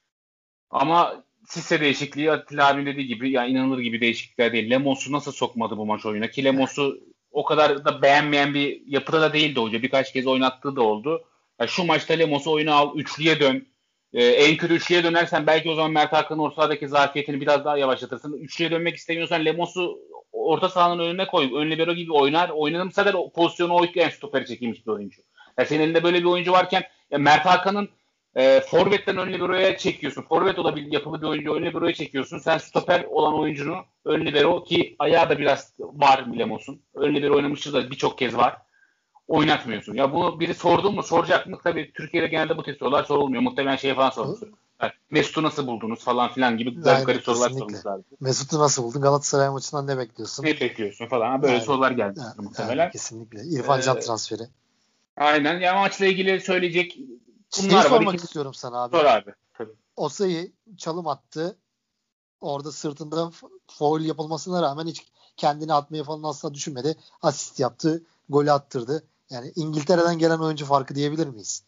Ama Sisse değişikliği, Atilla abinin dediği gibi, yani inanılır gibi değişiklikler değil. Lemos'u nasıl sokmadı bu maç oyuna, ki Lemos'u o kadar da beğenmeyen bir yapıda da değildi hoca. Birkaç kez oynattığı da oldu. Yani şu maçta Lemos'u oyuna al, üçlüye dön. Ee, en kötü üçlüye dönersen belki o zaman Mert Hakan'ın orta sahadaki zafiyetini biraz daha yavaşlatırsın. Üçlüye dönmek istemiyorsan Lemos'u orta sahanın önüne koy. Ön libero gibi oynar. Oynanırsa da o pozisyonu o en stoperi çekilmiş bir oyuncu. Yani senin elinde böyle bir oyuncu varken, ya Mert Hakan'ın e, forvetten ön libero'ya çekiyorsun. Forvet olabil yapılı bir oyuncu ön libero'ya çekiyorsun. Sen stoper olan oyuncunu ön libero, ki ayağı da biraz var Lemos'un. Ön libero oynamıştı da birçok kez var. Oynatmıyorsun. Ya bunu biri sordu mu, soracak mı? Tabii Türkiye'de genelde bu tür sorular sorulmuyor. Muhtemelen şeye falan sormuştur. Yani Mesut'u nasıl buldunuz falan filan gibi garip garip sorular sormuşlar. Mesut'u nasıl buldun? Galatasaray maçından ne bekliyorsun? Ne bekliyorsun falan. Böyle yani, sorular geldi yani, muhtemelen. Yani, kesinlikle. İrfan Can ee, transferi. Aynen. Yani maçla ilgili söyleyecek bunlar Şeyi var. sormak İki... istiyorum sana abi. Sor abi. Tabii. Osayi çalım attı. Orada sırtında foul yapılmasına rağmen hiç kendini atmayı falan asla düşünmedi. Asist yaptı. Golü attırdı. Yani İngiltere'den gelen oyuncu farkı diyebilir miyiz?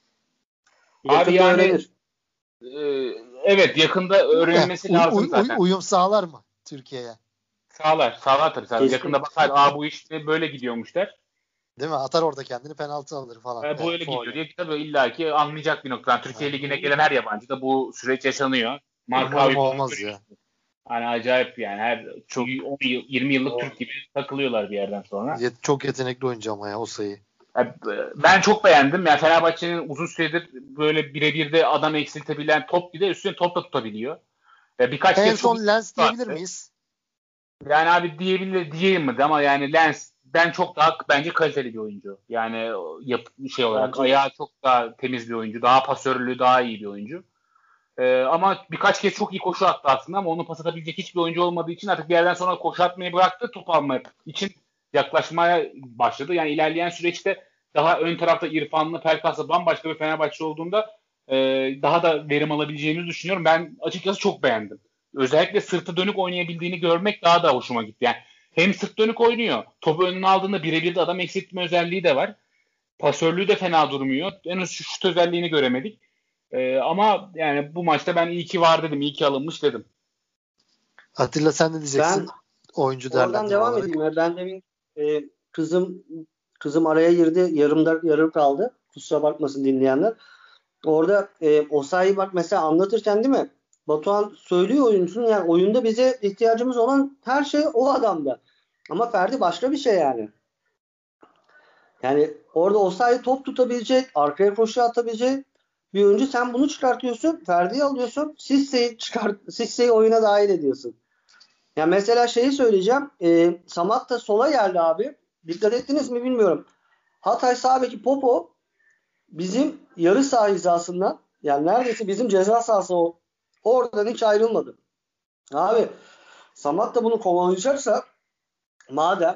Abi yani öğrenir. E, evet, yakında öğrenilmesi uy, lazım uy, zaten. Uyum sağlar mı Türkiye'ye? Sağlar. Sağlar tabii. Sağlar. Yakında bakar, aa bu iş böyle gidiyormuş der. Değil mi? Atar orada kendini, penaltı alır falan. E, bu evet, öyle gidiyor diye tabii illaki anlayacak bir noktadan. Türkiye yani, Ligi'ne gelen her yabancı da bu süreç yaşanıyor. Umarım olmaz ya. Hani acayip yani, her çok on yirmi yıllık Türk gibi takılıyorlar bir yerden sonra. Çok yetenekli oyuncu ama ya Osayi. Yani ben çok beğendim. Yani Fenerbahçe'nin uzun süredir böyle birebir de adam eksiltebilen, top bir de üstüne top da tutabiliyor. Yani birkaç en kez son çok Lens diyebilir miyiz? Yani abi diyebilir diyeyim mi? Ama yani Lens ben çok daha bence kaliteli bir oyuncu. Yani yap, şey olarak bence ayağı çok daha temiz bir oyuncu. Daha pasörlü, daha iyi bir oyuncu. Ee, ama birkaç kez çok iyi koşu attı aslında, ama onu pas atabilecek hiçbir oyuncu olmadığı için artık bir yerden sonra koşu atmayı bıraktı. Top almak için yaklaşmaya başladı. Yani ilerleyen süreçte daha ön tarafta İrfan'lı, Pelkas'la bambaşka bir Fenerbahçe olduğunda e, daha da verim alabileceğimizi düşünüyorum. Ben açıkçası çok beğendim. Özellikle sırtı dönük oynayabildiğini görmek daha da hoşuma gitti. Yani hem sırt dönük oynuyor, topu önüne aldığında birebir de adam eksiltme özelliği de var. Pasörlüğü de fena durmuyor. Henüz şu şut özelliğini göremedik. Ee, ama yani bu maçta ben iyi ki var dedim, iyi ki alınmış dedim. Atilla sen ne diyeceksin? Ben oyuncu oradan devam olarak edeyim. Ben demin e, kızım kızım araya girdi, yarımda yarım kaldı. Kusura bakmasın dinleyenler. Orada e, Osayi bak mesela anlatırken değil mi? Batuhan söylüyor oyuncunun, yani oyunda bize ihtiyacımız olan her şey o adamda. Ama Ferdi başka bir şey yani. Yani orada Osayi top tutabilecek, arkaya koşu atabilecek bir oyuncu. Sen bunu çıkartıyorsun, Ferdi'yi alıyorsun, Sisse'yi çıkart, Sisse'yi oyuna dahil ediyorsun. Yani mesela şeyi söyleyeceğim. E, Samat da sola geldi abi. Dikkat ettiniz mi bilmiyorum. Hatay sağ beki Popo bizim yarı saha hizasından, yani neredeyse bizim ceza sahası o. Oradan hiç ayrılmadı. Abi Samat da bunu kovalayacaksa madem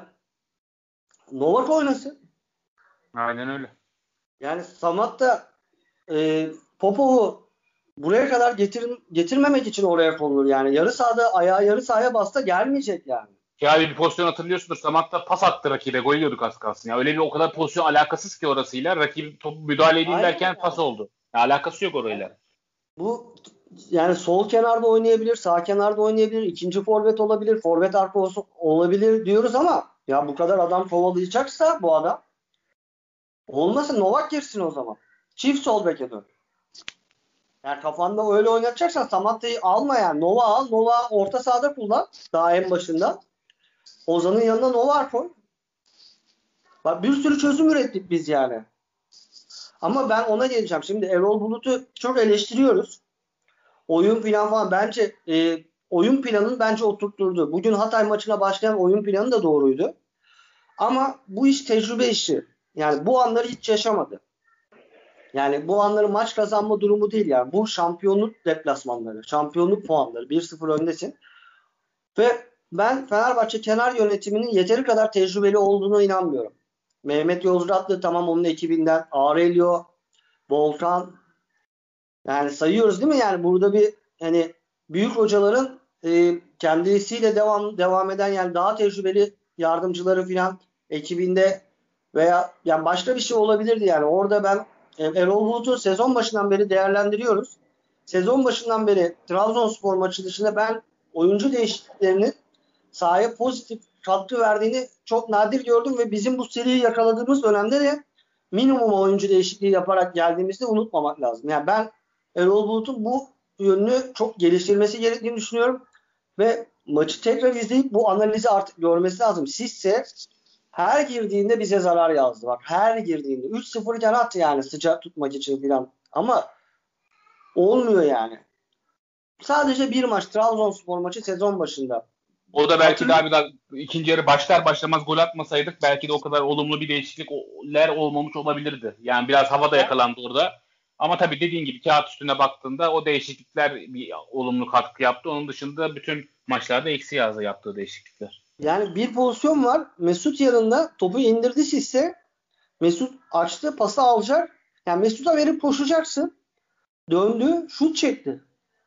Novak oynasın. Aynen öyle. Yani Samat da e, Popov'u buraya kadar getir, getirmemek için oraya konulur. Yani yarı sahada ayağı yarı sahaya bassa gelmeyecek yani. Ya bir pozisyon hatırlıyorsundur. Samat'ta pas attı rakibe. Gol yiyorduk az kalsın. Ya öyle bir o kadar pozisyon alakasız ki orasıyla. Rakip topu müdahale edeyim Aynen derken yani. pas oldu. Ya alakası yok orayla. Bu yani sol kenarda oynayabilir, sağ kenarda oynayabilir, ikinci forvet olabilir, forvet arka olabilir diyoruz ama ya bu kadar adam kovalayacaksa bu adam olmasın, Novak girsin o zaman. Çift sol beke dön. Yani kafanda öyle oynatacaksan Samatta'yı alma yani. Nova al. Nova orta sahada kullan. Daha en başında. Ozan'ın yanına Nova koy. Bak bir sürü çözüm ürettik biz yani. Ama ben ona geleceğim. Şimdi Erol Bulut'u çok eleştiriyoruz. Oyun plan falan. Bence e, oyun planını bence oturtturdu. Bugün Hatay maçına başlayan oyun planı da doğruydu. Ama bu iş tecrübe işi. Yani bu anları hiç yaşamadı. Yani bu anları maç kazanma durumu değil yani. Bu şampiyonluk deplasmanları, şampiyonluk puanları. bir sıfır öndesin. Ve ben Fenerbahçe kenar yönetiminin yeteri kadar tecrübeli olduğuna inanmıyorum. Mehmet Yozgatlı tamam onun ekibinden. Aurelio, Volkan. Yani sayıyoruz değil mi? Yani burada bir hani büyük hocaların e, kendisiyle devam devam eden yani daha tecrübeli yardımcıları filan ekibinde veya yani başka bir şey olabilirdi yani. Orada ben e, Erol Bulut'u sezon başından beri değerlendiriyoruz. Sezon başından beri Trabzonspor maçı dışında ben oyuncu değişikliklerinin sahaya pozitif katkı verdiğini çok nadir gördüm ve bizim bu seriyi yakaladığımız dönemde de minimum oyuncu değişikliği yaparak geldiğimizde unutmamak lazım. Yani ben Erol Bulut'un bu yönünü çok geliştirmesi gerektiğini düşünüyorum ve maçı tekrar izleyip bu analizi artık görmesi lazım. Sizse her girdiğinde bize zarar yazdı. Bak her girdiğinde. üç sıfır iken attı yani sıcak tutmak için falan. Ama olmuyor yani. Sadece bir maç Trabzonspor maçı sezon başında. O da belki daha Hatırlıyor bir daha ikinci yarı başlar başlamaz gol atmasaydık belki de o kadar olumlu bir değişiklikler olmamış olabilirdi. Yani biraz havada yakalandı orada. Ama tabii dediğin gibi kağıt üstüne baktığında o değişiklikler bir olumlu katkı yaptı. Onun dışında bütün maçlarda eksi yazdı yaptığı değişiklikler. Yani bir pozisyon var. Mesut yanında topu indirdi Sisse. Mesut açtı, pası alacak. Yani Mesut'a verip koşacaksın. Döndü, şut çekti.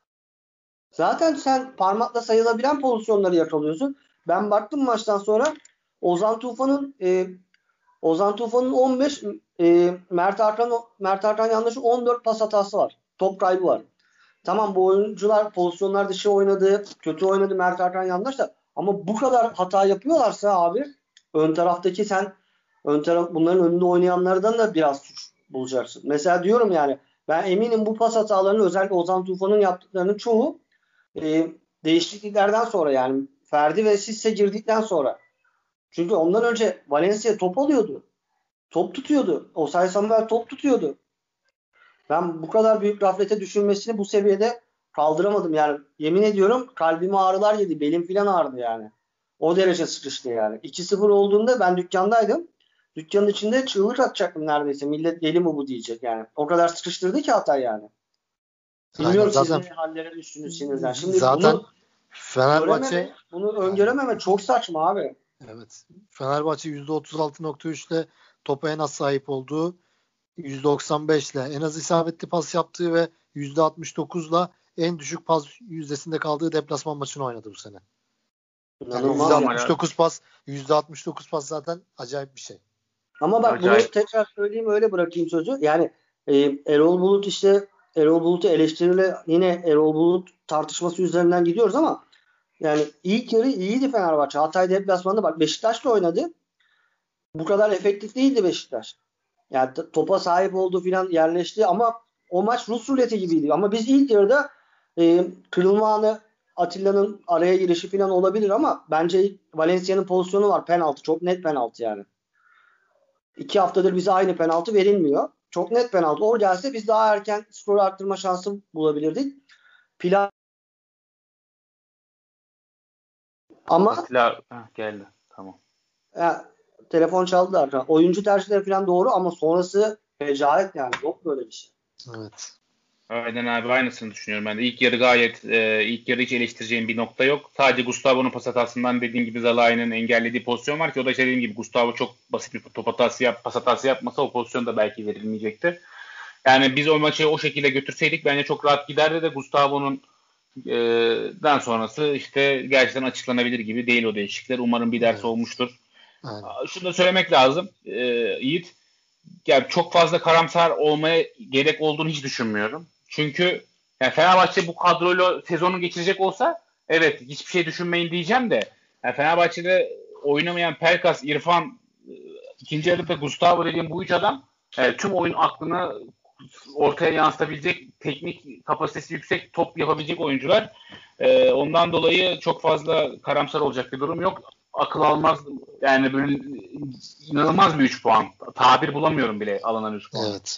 Zaten sen parmakla sayılabilen pozisyonları yakalıyorsun. Ben baktım maçtan sonra Ozan Tufan'ın e, Ozan Tufan'ın on beş e, Mert Hakan Mert Hakan yanlışı on dört pas hatası var. Top kaybı var. Tamam bu oyuncular pozisyonlar dışı oynadı, kötü oynadı Mert Hakan yanlış da ama bu kadar hata yapıyorlarsa abi ön taraftaki sen ön taraf bunların önünde oynayanlardan da biraz suç bulacaksın. Mesela diyorum yani ben eminim bu pas hatalarını özellikle Ozan Tufan'ın yaptıklarının çoğu e, değişikliklerden sonra yani Ferdi ve Sisse girdikten sonra. Çünkü ondan önce Valencia top alıyordu. Top tutuyordu. Osay Samuel top tutuyordu. Ben bu kadar büyük gaflete düşürmesini bu seviyede kaldıramadım. Yani yemin ediyorum kalbime ağrılar yedi. Belim filan ağrıdı yani. O derece sıkıştı yani. iki sıfır olduğunda ben dükkandaydım. Dükkanın içinde çığlık atacaktım neredeyse. Millet deli mi bu diyecek yani. O kadar sıkıştırdı ki Hatay yani. Aynen Bilmiyorum siz zaten ne hallere düştünüz sinirden. Şimdi zaten bunu Fenerbahçe görememe, bunu aynen. öngörememe çok saçma abi. Evet. Fenerbahçe yüzde otuz altı nokta üç ile topa en az sahip olduğu, yüzde doksan beş ile en az isabetli pas yaptığı ve yüzde altmış dokuz ile en düşük pas yüzdesinde kaldığı deplasman maçını oynadı bu sene. Yani İnanılmaz ya. yüzde altmış dokuz pas, yüzde altmış dokuz pas zaten acayip bir şey. Ama bak Acayip. bunu tekrar söyleyeyim öyle bırakayım sözü. Yani e, Erol Bulut işte Erol Bulut'u eleştiriyle yine Erol Bulut tartışması üzerinden gidiyoruz ama yani ilk yarı iyiydi Fenerbahçe. Hatay deplasmanında bak Beşiktaş'la oynadı. Bu kadar efektif değildi Beşiktaş. Yani t- topa sahip oldu filan yerleşti ama o maç Rus ruleti gibiydi. Ama biz ilk yarıda e, kırılma anı Atilla'nın araya girişi filan olabilir ama bence Valencia'nın pozisyonu var penaltı. Çok net penaltı yani. İki haftadır bize aynı penaltı verilmiyor. Çok net penaltı. O gelse biz daha erken skoru arttırma şansı bulabilirdik. Plan ama Atilla heh, geldi. Tamam. ya, telefon çaldılar. Oyuncu tercihleri falan doğru ama sonrası fecaat yani. Yok böyle bir şey. Evet. Aynen abi, aynısını düşünüyorum ben de. İlk yarı gayet e, ilk yarı hiç eleştireceğim bir nokta yok. Sadece Gustavo'nun pas hatasından dediğim gibi Zalai'nin engellediği pozisyon var ki o da işte dediğim gibi Gustavo çok basit bir top hatası yap, pas hatası yapmasa o pozisyon da belki verilmeyecekti. Yani biz o maçı o şekilde götürseydik bence çok rahat giderdi de Gustavo'nun e, dan sonrası işte gerçekten açıklanabilir gibi değil o değişiklikler. Umarım bir ders Evet. olmuştur. Aynen. Şunu da söylemek lazım e, Yiğit. Yani çok fazla karamsar olmaya gerek olduğunu hiç düşünmüyorum. Çünkü yani Fenerbahçe bu kadroyla sezonu geçirecek olsa evet hiçbir şey düşünmeyin diyeceğim de yani Fenerbahçe'de oynamayan Pelkas, İrfan, ikinci yarıda Gustavo dediğim bu üç adam e, tüm oyun aklını ortaya yansıtabilecek, teknik kapasitesi yüksek, top yapabilecek oyuncular. E, ondan dolayı çok fazla karamsar olacak bir durum yok. Akıl almaz yani böyle inanılmaz bir üç puan. Tabir bulamıyorum bile alınan üç puan. Evet.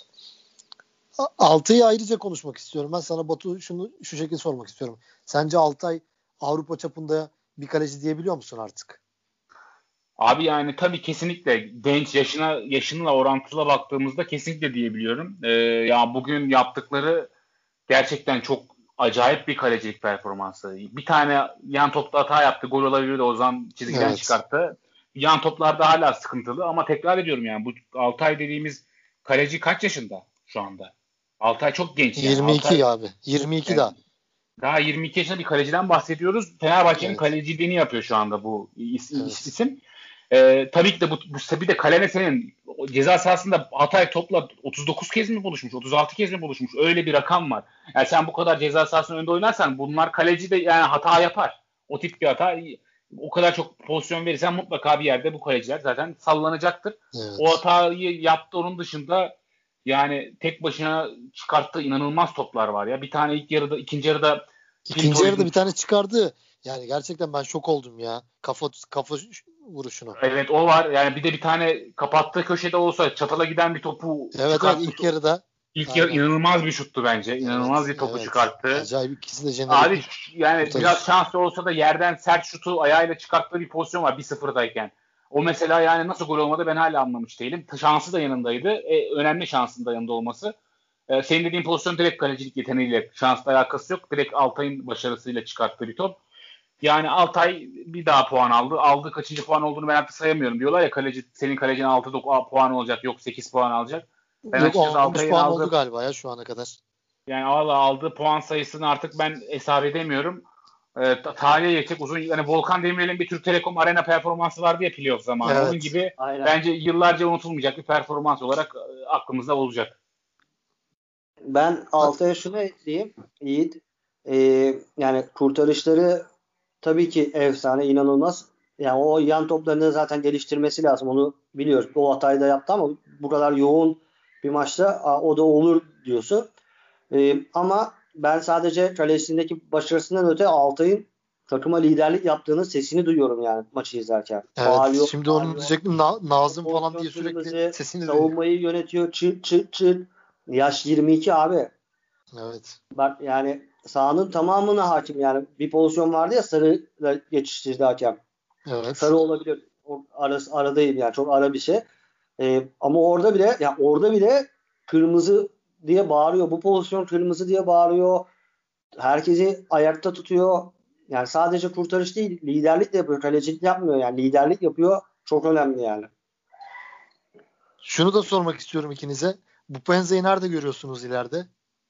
Altay'ı ayrıca konuşmak istiyorum. Ben sana Batu şunu şu şekilde sormak istiyorum. Sence Altay Avrupa çapında bir kaleci diyebiliyor musun artık? Abi yani tabii kesinlikle genç yaşına yaşınla orantılı baktığımızda kesinlikle diyebiliyorum. Ee, ya bugün yaptıkları gerçekten çok acayip bir kalecilik performansı. Bir tane yan topta hata yaptı. Gol olabilirdi. Ozan çizgiden Evet. çıkarttı. Yan toplarda hala sıkıntılı ama tekrar ediyorum yani bu Altay dediğimiz kaleci kaç yaşında şu anda? Altay çok genç yani. yirmi iki Altay abi. yirmi iki yani daha. daha yirmi iki yaşında bir kaleciden bahsediyoruz. Fenerbahçe'nin Evet. kaleciliğini yapıyor şu anda bu is, is, Evet. isim. Ee, tabii ki de bu, bu bir de kalene senin ceza sahasında Hatay topla otuz dokuz kez mi buluşmuş, otuz altı kez mi buluşmuş? Öyle bir rakam var. Yani sen bu kadar ceza sahasının önünde oynarsan bunlar kaleci de yani hata yapar. O tip bir hata. O kadar çok pozisyon verirsen mutlaka bir yerde bu kaleciler zaten sallanacaktır. O Evet. hatayı yaptı, onun dışında yani tek başına çıkarttığı inanılmaz toplar var ya. Bir tane ilk yarıda, ikinci yarıda İkinci yarıda Pinto'yu bir tane çıkardı. Yani gerçekten ben şok oldum ya. Kafa kafa vuruşuna. evet o var. Yani bir de bir tane kapattığı köşede olsa çatala giden bir topu Evet evet çıkarttı. ilk yarıda. İlk yarı Aynen. inanılmaz bir şuttu bence. İnanılmaz Evet. bir topu Evet. çıkarttı. Acayip ikisi de jenerik Abi bir yani biraz kurtarış. şanslı olsa da yerden sert şutu ayağıyla çıkarttığı bir pozisyon var bir sıfırdayken. O mesela yani nasıl gol olmadı ben hala anlamış değilim. Şansı da yanındaydı. E, önemli şansın da yanında olması. E, senin dediğin pozisyon direkt kalecilik yeteneğiyle, şansla alakası yok. Direkt Altay'ın başarısıyla çıkarttığı bir top. Yani Altay bir daha puan aldı. Aldığı kaçıncı puan olduğunu ben artık sayamıyorum. Diyorlar ya kaleci, senin kalecinin altı puan olacak, yok sekiz puan alacak. Ben Yok açıkçası on beş Altay'ın puan oldu aldığı galiba ya şu ana kadar. yani valla aldığı puan sayısını artık ben hesap edemiyorum. E, tarihe geçecek uzun yani Volkan Demirel'in bir Türk Telekom Arena performansı vardı ya playoff zamanı. Onun Evet. gibi Aynen. bence yıllarca unutulmayacak bir performans olarak e, aklımızda olacak. Ben Altay'a şunu ekleyeyim Yiğit. Ee, yani kurtarışları tabii ki efsane, inanılmaz. Yani o yan toplarını zaten geliştirmesi lazım. Onu biliyoruz. O hatayı da yaptı ama bu kadar yoğun bir maçta o da olur diyorsun. Ee, ama ben sadece kalesindeki başarısından öte Altay'ın takıma liderlik yaptığını sesini duyuyorum yani maçı izlerken. Evet. Bağırıyor, Şimdi onu bağırıyor. diyecektim. Na- Nazım falan Pozisyon diye sürekli kırmızı, sesini duyuyor. savunmayı yönetiyor. Çıt çıt çıt. Yaş yirmi iki abi. Evet. Bak yani sahanın tamamına hakim yani. Bir pozisyon vardı ya sarıyla geçiştirdi hakem. Evet. Sarı olabilir. O arası, aradayım yani. Çok ara bir şey. Ee, ama orada bile ya orada bile kırmızı diye bağırıyor. Bu pozisyon kırmızı diye bağırıyor. Herkesi ayakta tutuyor. Yani sadece kurtarış değil, liderlik de yapıyor. Kalecilik yapmıyor yani. Liderlik yapıyor. Çok önemli yani. Şunu da sormak istiyorum ikinize. Bu Penza'yı nerede görüyorsunuz ileride?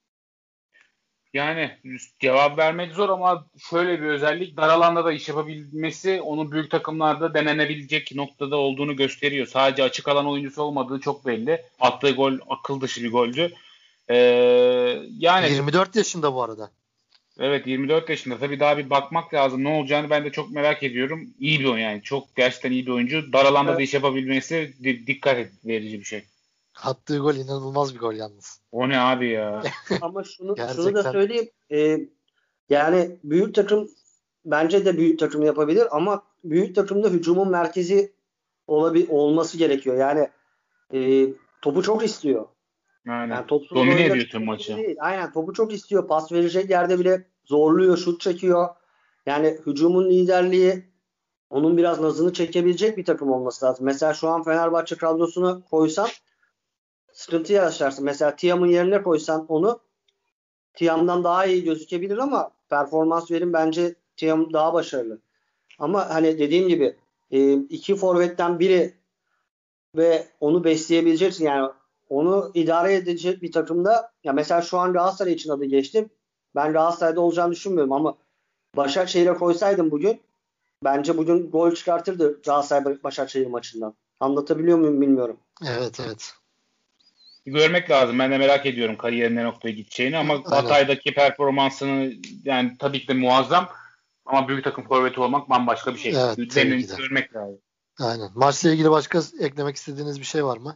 Yani cevap vermek zor ama şöyle bir özellik, dar alanda da iş yapabilmesi onun büyük takımlarda denenebilecek noktada olduğunu gösteriyor. Sadece açık alan oyuncusu olmadığı çok belli. Attığı gol akıl dışı bir goldü. Ee, yani yirmi dört yaşında bu arada. evet yirmi dört yaşında. Tabii daha bir bakmak lazım. Ne olacağını ben de çok merak ediyorum. İyi bir oyun yani. Çok gerçekten iyi bir oyuncu. Dar alanda da Evet. iş yapabilmesi di- dikkat verici bir şey. Attığı gol inanılmaz bir gol yalnız. O ne abi ya? Ama şunu şunu da Gerçekten. söyleyeyim. Ee, yani büyük takım bence de büyük takım yapabilir ama büyük takımda hücumun merkezi olabil, olması gerekiyor. Yani e, topu çok istiyor. Aynen. Yani topsuz Domine oyunda ediyor tüm çıkmak gibi maçı. değil. Aynen topu çok istiyor. Pas verecek yerde bile zorluyor, şut çekiyor. Yani hücumun liderliği onun biraz nazını çekebilecek bir takım olması lazım. Mesela şu an Fenerbahçe kadrosuna koysan sıkıntı yaşarsın. Mesela Tiam'ın yerine koysan onu Tiam'dan daha iyi gözükebilir ama performans verim bence Tiam daha başarılı. Ama hani dediğim gibi e, iki forvetten biri ve onu besleyebileceksin yani onu idare edecek bir takımda ya mesela şu an Galatasaray için adı geçti. Ben Galatasaray'da olacağını düşünmüyorum ama Başakşehir'e koysaydım bugün bence bugün gol çıkartırdı Galatasaray Başakşehir maçından. Anlatabiliyor muyum bilmiyorum. Evet evet. Görmek lazım. Ben de merak ediyorum kariyerin ne noktaya gideceğini ama Aynen. Hatay'daki performansını yani tabii ki de muazzam ama büyük takım forveti olmak bambaşka bir şey. Evet, Demin görmek lazım. Aynen. Maçla ilgili başka eklemek istediğiniz bir şey var mı?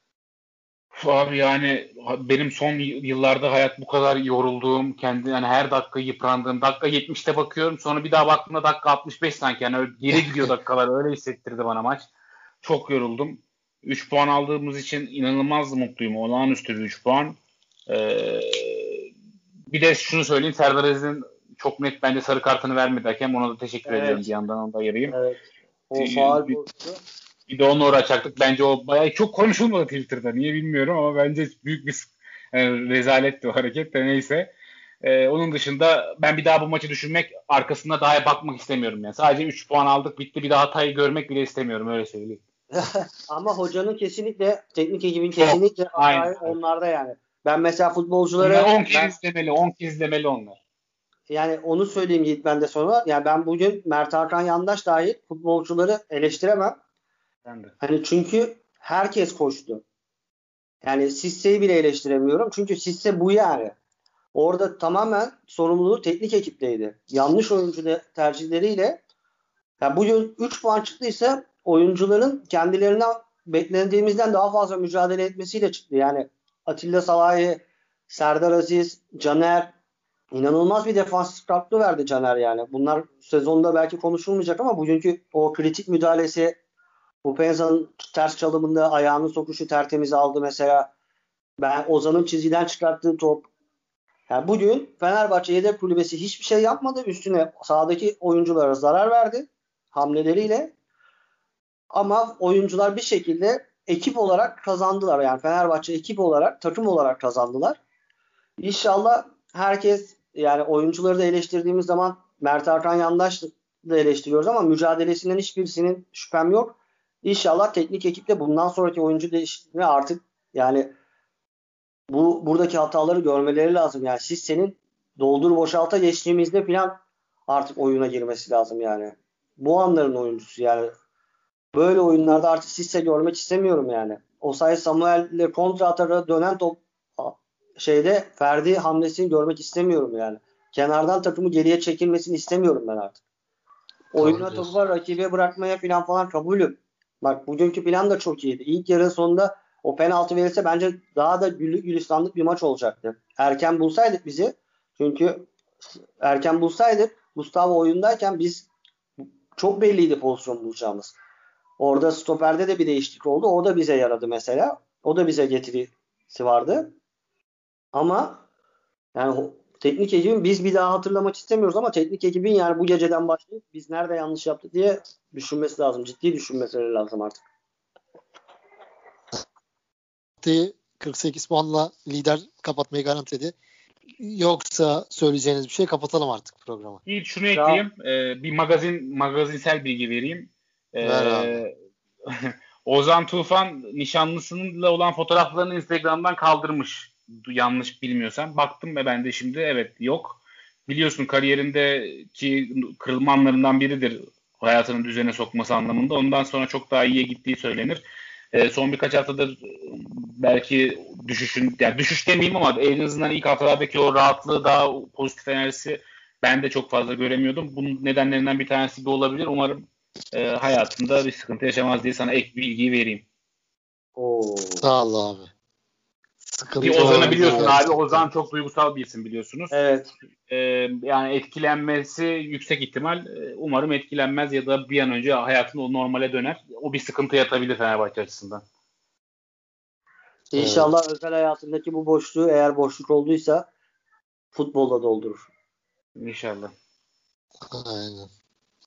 Abi yani benim son yıllarda hayat bu kadar yorulduğum, kendi yani her dakika yıprandığım, dakika yetmişte bakıyorum sonra bir daha baktığımda dakika altmış beş sanki yani öyle geri gidiyor dakikalar öyle hissettirdi bana maç. Çok yoruldum. üç puan aldığımız için inanılmaz mutluyum. Olağanüstü bir üç puan. Ee, bir de şunu söyleyeyim Serdar Aziz'in çok net bence sarı kartını vermedi hakem. Ona da teşekkür Evet. ediyorum bir yandan onu da ayırayım. Evet. O Ee, faal bir, pozisyonu. bir de onu uğraşacaktık. Bence o bayağı çok konuşulmadı Twitter'da. Niye bilmiyorum ama bence büyük bir yani rezaletti o hareket de neyse. Ee, onun dışında ben bir daha bu maçı düşünmek arkasında daha bakmak istemiyorum yani. Sadece üç puan aldık bitti bir daha hatayı görmek bile istemiyorum öyle söyleyeyim. Ama hocanın kesinlikle teknik ekibin Çok, kesinlikle hatayı aynen. onlarda yani. Ben mesela futbolcuları Onlar on kez ben, izlemeli, on kez izlemeli onlar. yani onu söyleyeyim Yiğit ben de sonra. Yani ben bugün Mert Hakan Yandaş dahil futbolcuları eleştiremem. Ben de. Hani çünkü herkes koştu. Yani Sisse'yi bile eleştiremiyorum. Çünkü Sisse bu yani. Orada tamamen sorumluluğu teknik ekipteydi. Yanlış oyuncu de, tercihleriyle yani bugün üç puan çıktıysa oyuncuların kendilerinden beklediğimizden daha fazla mücadele etmesiyle çıktı. Yani Atilla Salahi, Serdar Aziz, Caner inanılmaz bir defans katkı verdi Caner yani. Bunlar sezonda belki konuşulmayacak ama bugünkü o kritik müdahalesi Upenza'nın ters çalımında ayağını sokuşu tertemiz aldı mesela. Ben Ozan'ın çizgiden çıkarttığı top. Yani bugün Fenerbahçe yedek kulübesi hiçbir şey yapmadı. Üstüne sahadaki oyunculara zarar verdi hamleleriyle. Ama oyuncular bir şekilde ekip olarak kazandılar. Yani Fenerbahçe ekip olarak, takım olarak kazandılar. İnşallah herkes yani oyuncuları da eleştirdiğimiz zaman Mert Hakan Yandaş da eleştiriyoruz ama mücadelesinden hiçbirisinin şüphem yok. İnşallah teknik ekiple bundan sonraki oyuncu değişikliğine artık yani bu buradaki hataları görmeleri lazım. Yani siz senin doldur boşalta geçtiğimizde falan artık oyuna girmesi lazım yani. Bu anların oyuncusu yani. Böyle oyunlarda artık Sisse görmek istemiyorum yani. Osayi Samuel'le kontra atara dönen top şeyde Ferdi hamlesini görmek istemiyorum yani. Kenardan takımı geriye çekilmesini istemiyorum ben artık. Oyuna topu var rakibe bırakmaya falan falan kabulüm. Bak bugünkü plan da çok iyiydi. İlk yarının sonunda o penaltı verirse bence daha da güllük gülistanlık bir maç olacaktı. Erken bulsaydık bizi çünkü erken bulsaydık Gustavo oyundayken biz çok belliydi pozisyon bulacağımız. Orada stoperde de bir değişiklik oldu. O da bize yaradı mesela. O da bize getirisi vardı. Ama yani teknik ekibin biz bir daha hatırlamak istemiyoruz ama teknik ekibin yani bu geceden başlayıp biz nerede yanlış yaptık diye düşünmesi lazım. Ciddi düşünmeleri lazım artık. kırk sekiz puanla lider kapatmayı garantiledi. Yoksa söyleyeceğiniz bir şey kapatalım artık programı. İlk şunu ekleyeyim. Ee, bir magazin magazinsel bilgi vereyim. Ee, Ver abi. Ozan Tufan nişanlısıyla olan fotoğraflarını Instagram'dan kaldırmış. Yanlış bilmiyorsam. Baktım ve ben de şimdi evet yok. Biliyorsun kariyerindeki kırılma anlarından biridir hayatını düzene sokması anlamında. Ondan sonra çok daha iyiye gittiği söylenir. E, son birkaç haftadır belki düşüşün, yani düşüş demeyeyim ama en azından ilk haftalardaki o rahatlığı daha pozitif enerjisi ben de çok fazla göremiyordum. Bunun nedenlerinden bir tanesi de olabilir. Umarım e, hayatında bir sıkıntı yaşamaz diye sana ek bilgiyi vereyim. Oo. Sağ ol abi. Ki Ozan'ı biliyorsun abi. Ozan çok duygusal bir isim biliyorsunuz. Evet. Ee, yani etkilenmesi yüksek ihtimal. Umarım etkilenmez ya da bir an önce hayatın o normale döner. O bir sıkıntı yatabilir Fenerbahçe açısından. İnşallah Evet. özel hayatındaki bu boşluğu eğer boşluk olduysa futbolda doldurur. İnşallah. Aynen.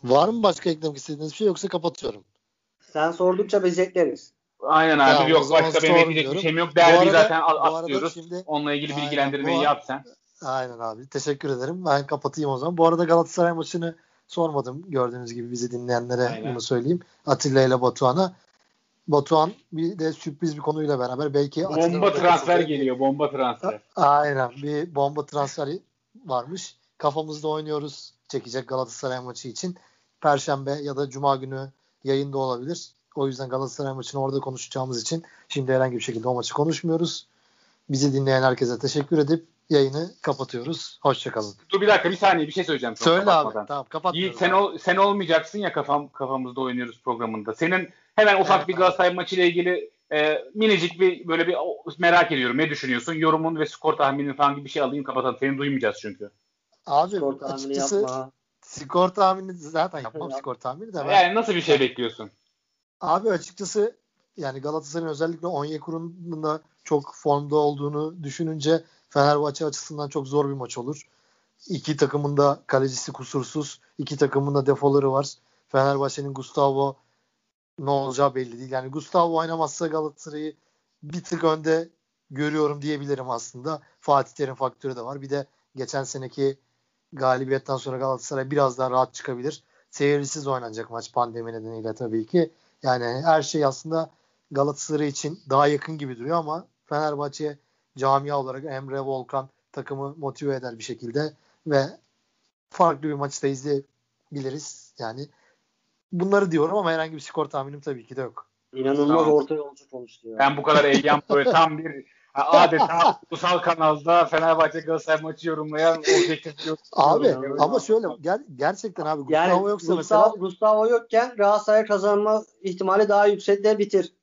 Var mı başka eklemek istediğiniz bir şey yoksa kapatıyorum. Sen sordukça biz ekleriz. Aynen abi. Tamam, yok başka benim ekleyecek bir şeyim yok. Derbi zaten atlıyoruz. Şimdi, onunla ilgili aynen, bilgilendirmeyi bu, yap sen. Aynen abi. Teşekkür ederim. Ben kapatayım o zaman. Bu arada Galatasaray maçını sormadım. Gördüğünüz gibi bizi dinleyenlere Aynen. bunu söyleyeyim. Atilla ile Batuhan'a. Batuhan bir de sürpriz bir konuyla beraber belki bomba transfer geliyor. Bomba transfer. Aynen. Bir bomba transferi varmış. Kafamızda oynuyoruz. Çekecek Galatasaray maçı için. Perşembe ya da Cuma günü yayında olabilir. O yüzden Galatasaray maçını orada konuşacağımız için şimdi herhangi bir şekilde o maçı konuşmuyoruz. Bizi dinleyen herkese teşekkür edip yayını kapatıyoruz. Hoşçakalın. Dur bir dakika bir saniye bir şey söyleyeceğim. Söyle abi. Tamam kapatmıyorum. Sen, ol, sen olmayacaksın ya kafam kafamızda oynuyoruz programında. Senin hemen ufak evet, bir Galatasaray maçıyla ilgili e, minicik bir böyle bir merak ediyorum. Ne düşünüyorsun? Yorumun ve skor tahminin falan gibi bir şey alayım kapatalım. Seni duymayacağız çünkü. Abi skor tahmini yapma. Skor tahmini zaten yapmam skor tahmini de. Ben, yani nasıl bir şey bekliyorsun? Abi açıkçası yani Galatasaray'ın özellikle Onyekuru'nun da çok formda olduğunu düşününce Fenerbahçe açısından çok zor bir maç olur. İki takımın da kalecisi kusursuz. İki takımın da defoları var. Fenerbahçe'nin Gustavo ne olacağı belli değil. Yani Gustavo oynamazsa Galatasaray'ı bir tık önde görüyorum diyebilirim aslında. Fatih Terim faktörü de var. Bir de geçen seneki galibiyetten sonra Galatasaray biraz daha rahat çıkabilir. Seyircisiz oynanacak maç pandemi nedeniyle tabii ki. Yani her şey aslında Galatasaray için daha yakın gibi duruyor ama Fenerbahçe camia olarak Emre, Volkan takımı motive eder bir şekilde ve farklı bir maçta izleyebiliriz. Yani bunları diyorum ama herhangi bir skor tahminim tabii ki de yok. İnanılmaz tamam. Orta yolcu konuştu ya. Ben bu kadar eyyam böyle tam bir adeta ulusal kanalda Fenerbahçe Galatasaray maçı yorumlayan objektif yok. Abi yani, ama şöyle ger- gerçekten abi Gustavo yani, yoksa Gustavo, mesela Gustavo yokken Galatasaray kazanma ihtimali daha yüksek de bitir.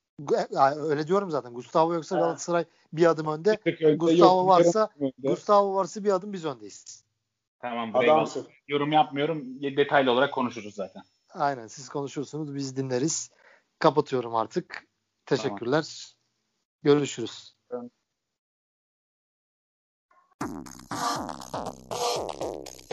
Yani öyle diyorum zaten. Gustavo yoksa Galatasaray bir adım önde. Önde Gustavo yok, varsa Gustavo varsa bir adım biz öndeyiz. Tamam. Adamsın. Yorum yapmıyorum. Detaylı olarak konuşuruz zaten. Aynen. Siz konuşursunuz. Biz dinleriz. Kapatıyorum artık. Teşekkürler. Tamam. Görüşürüz. Tamam.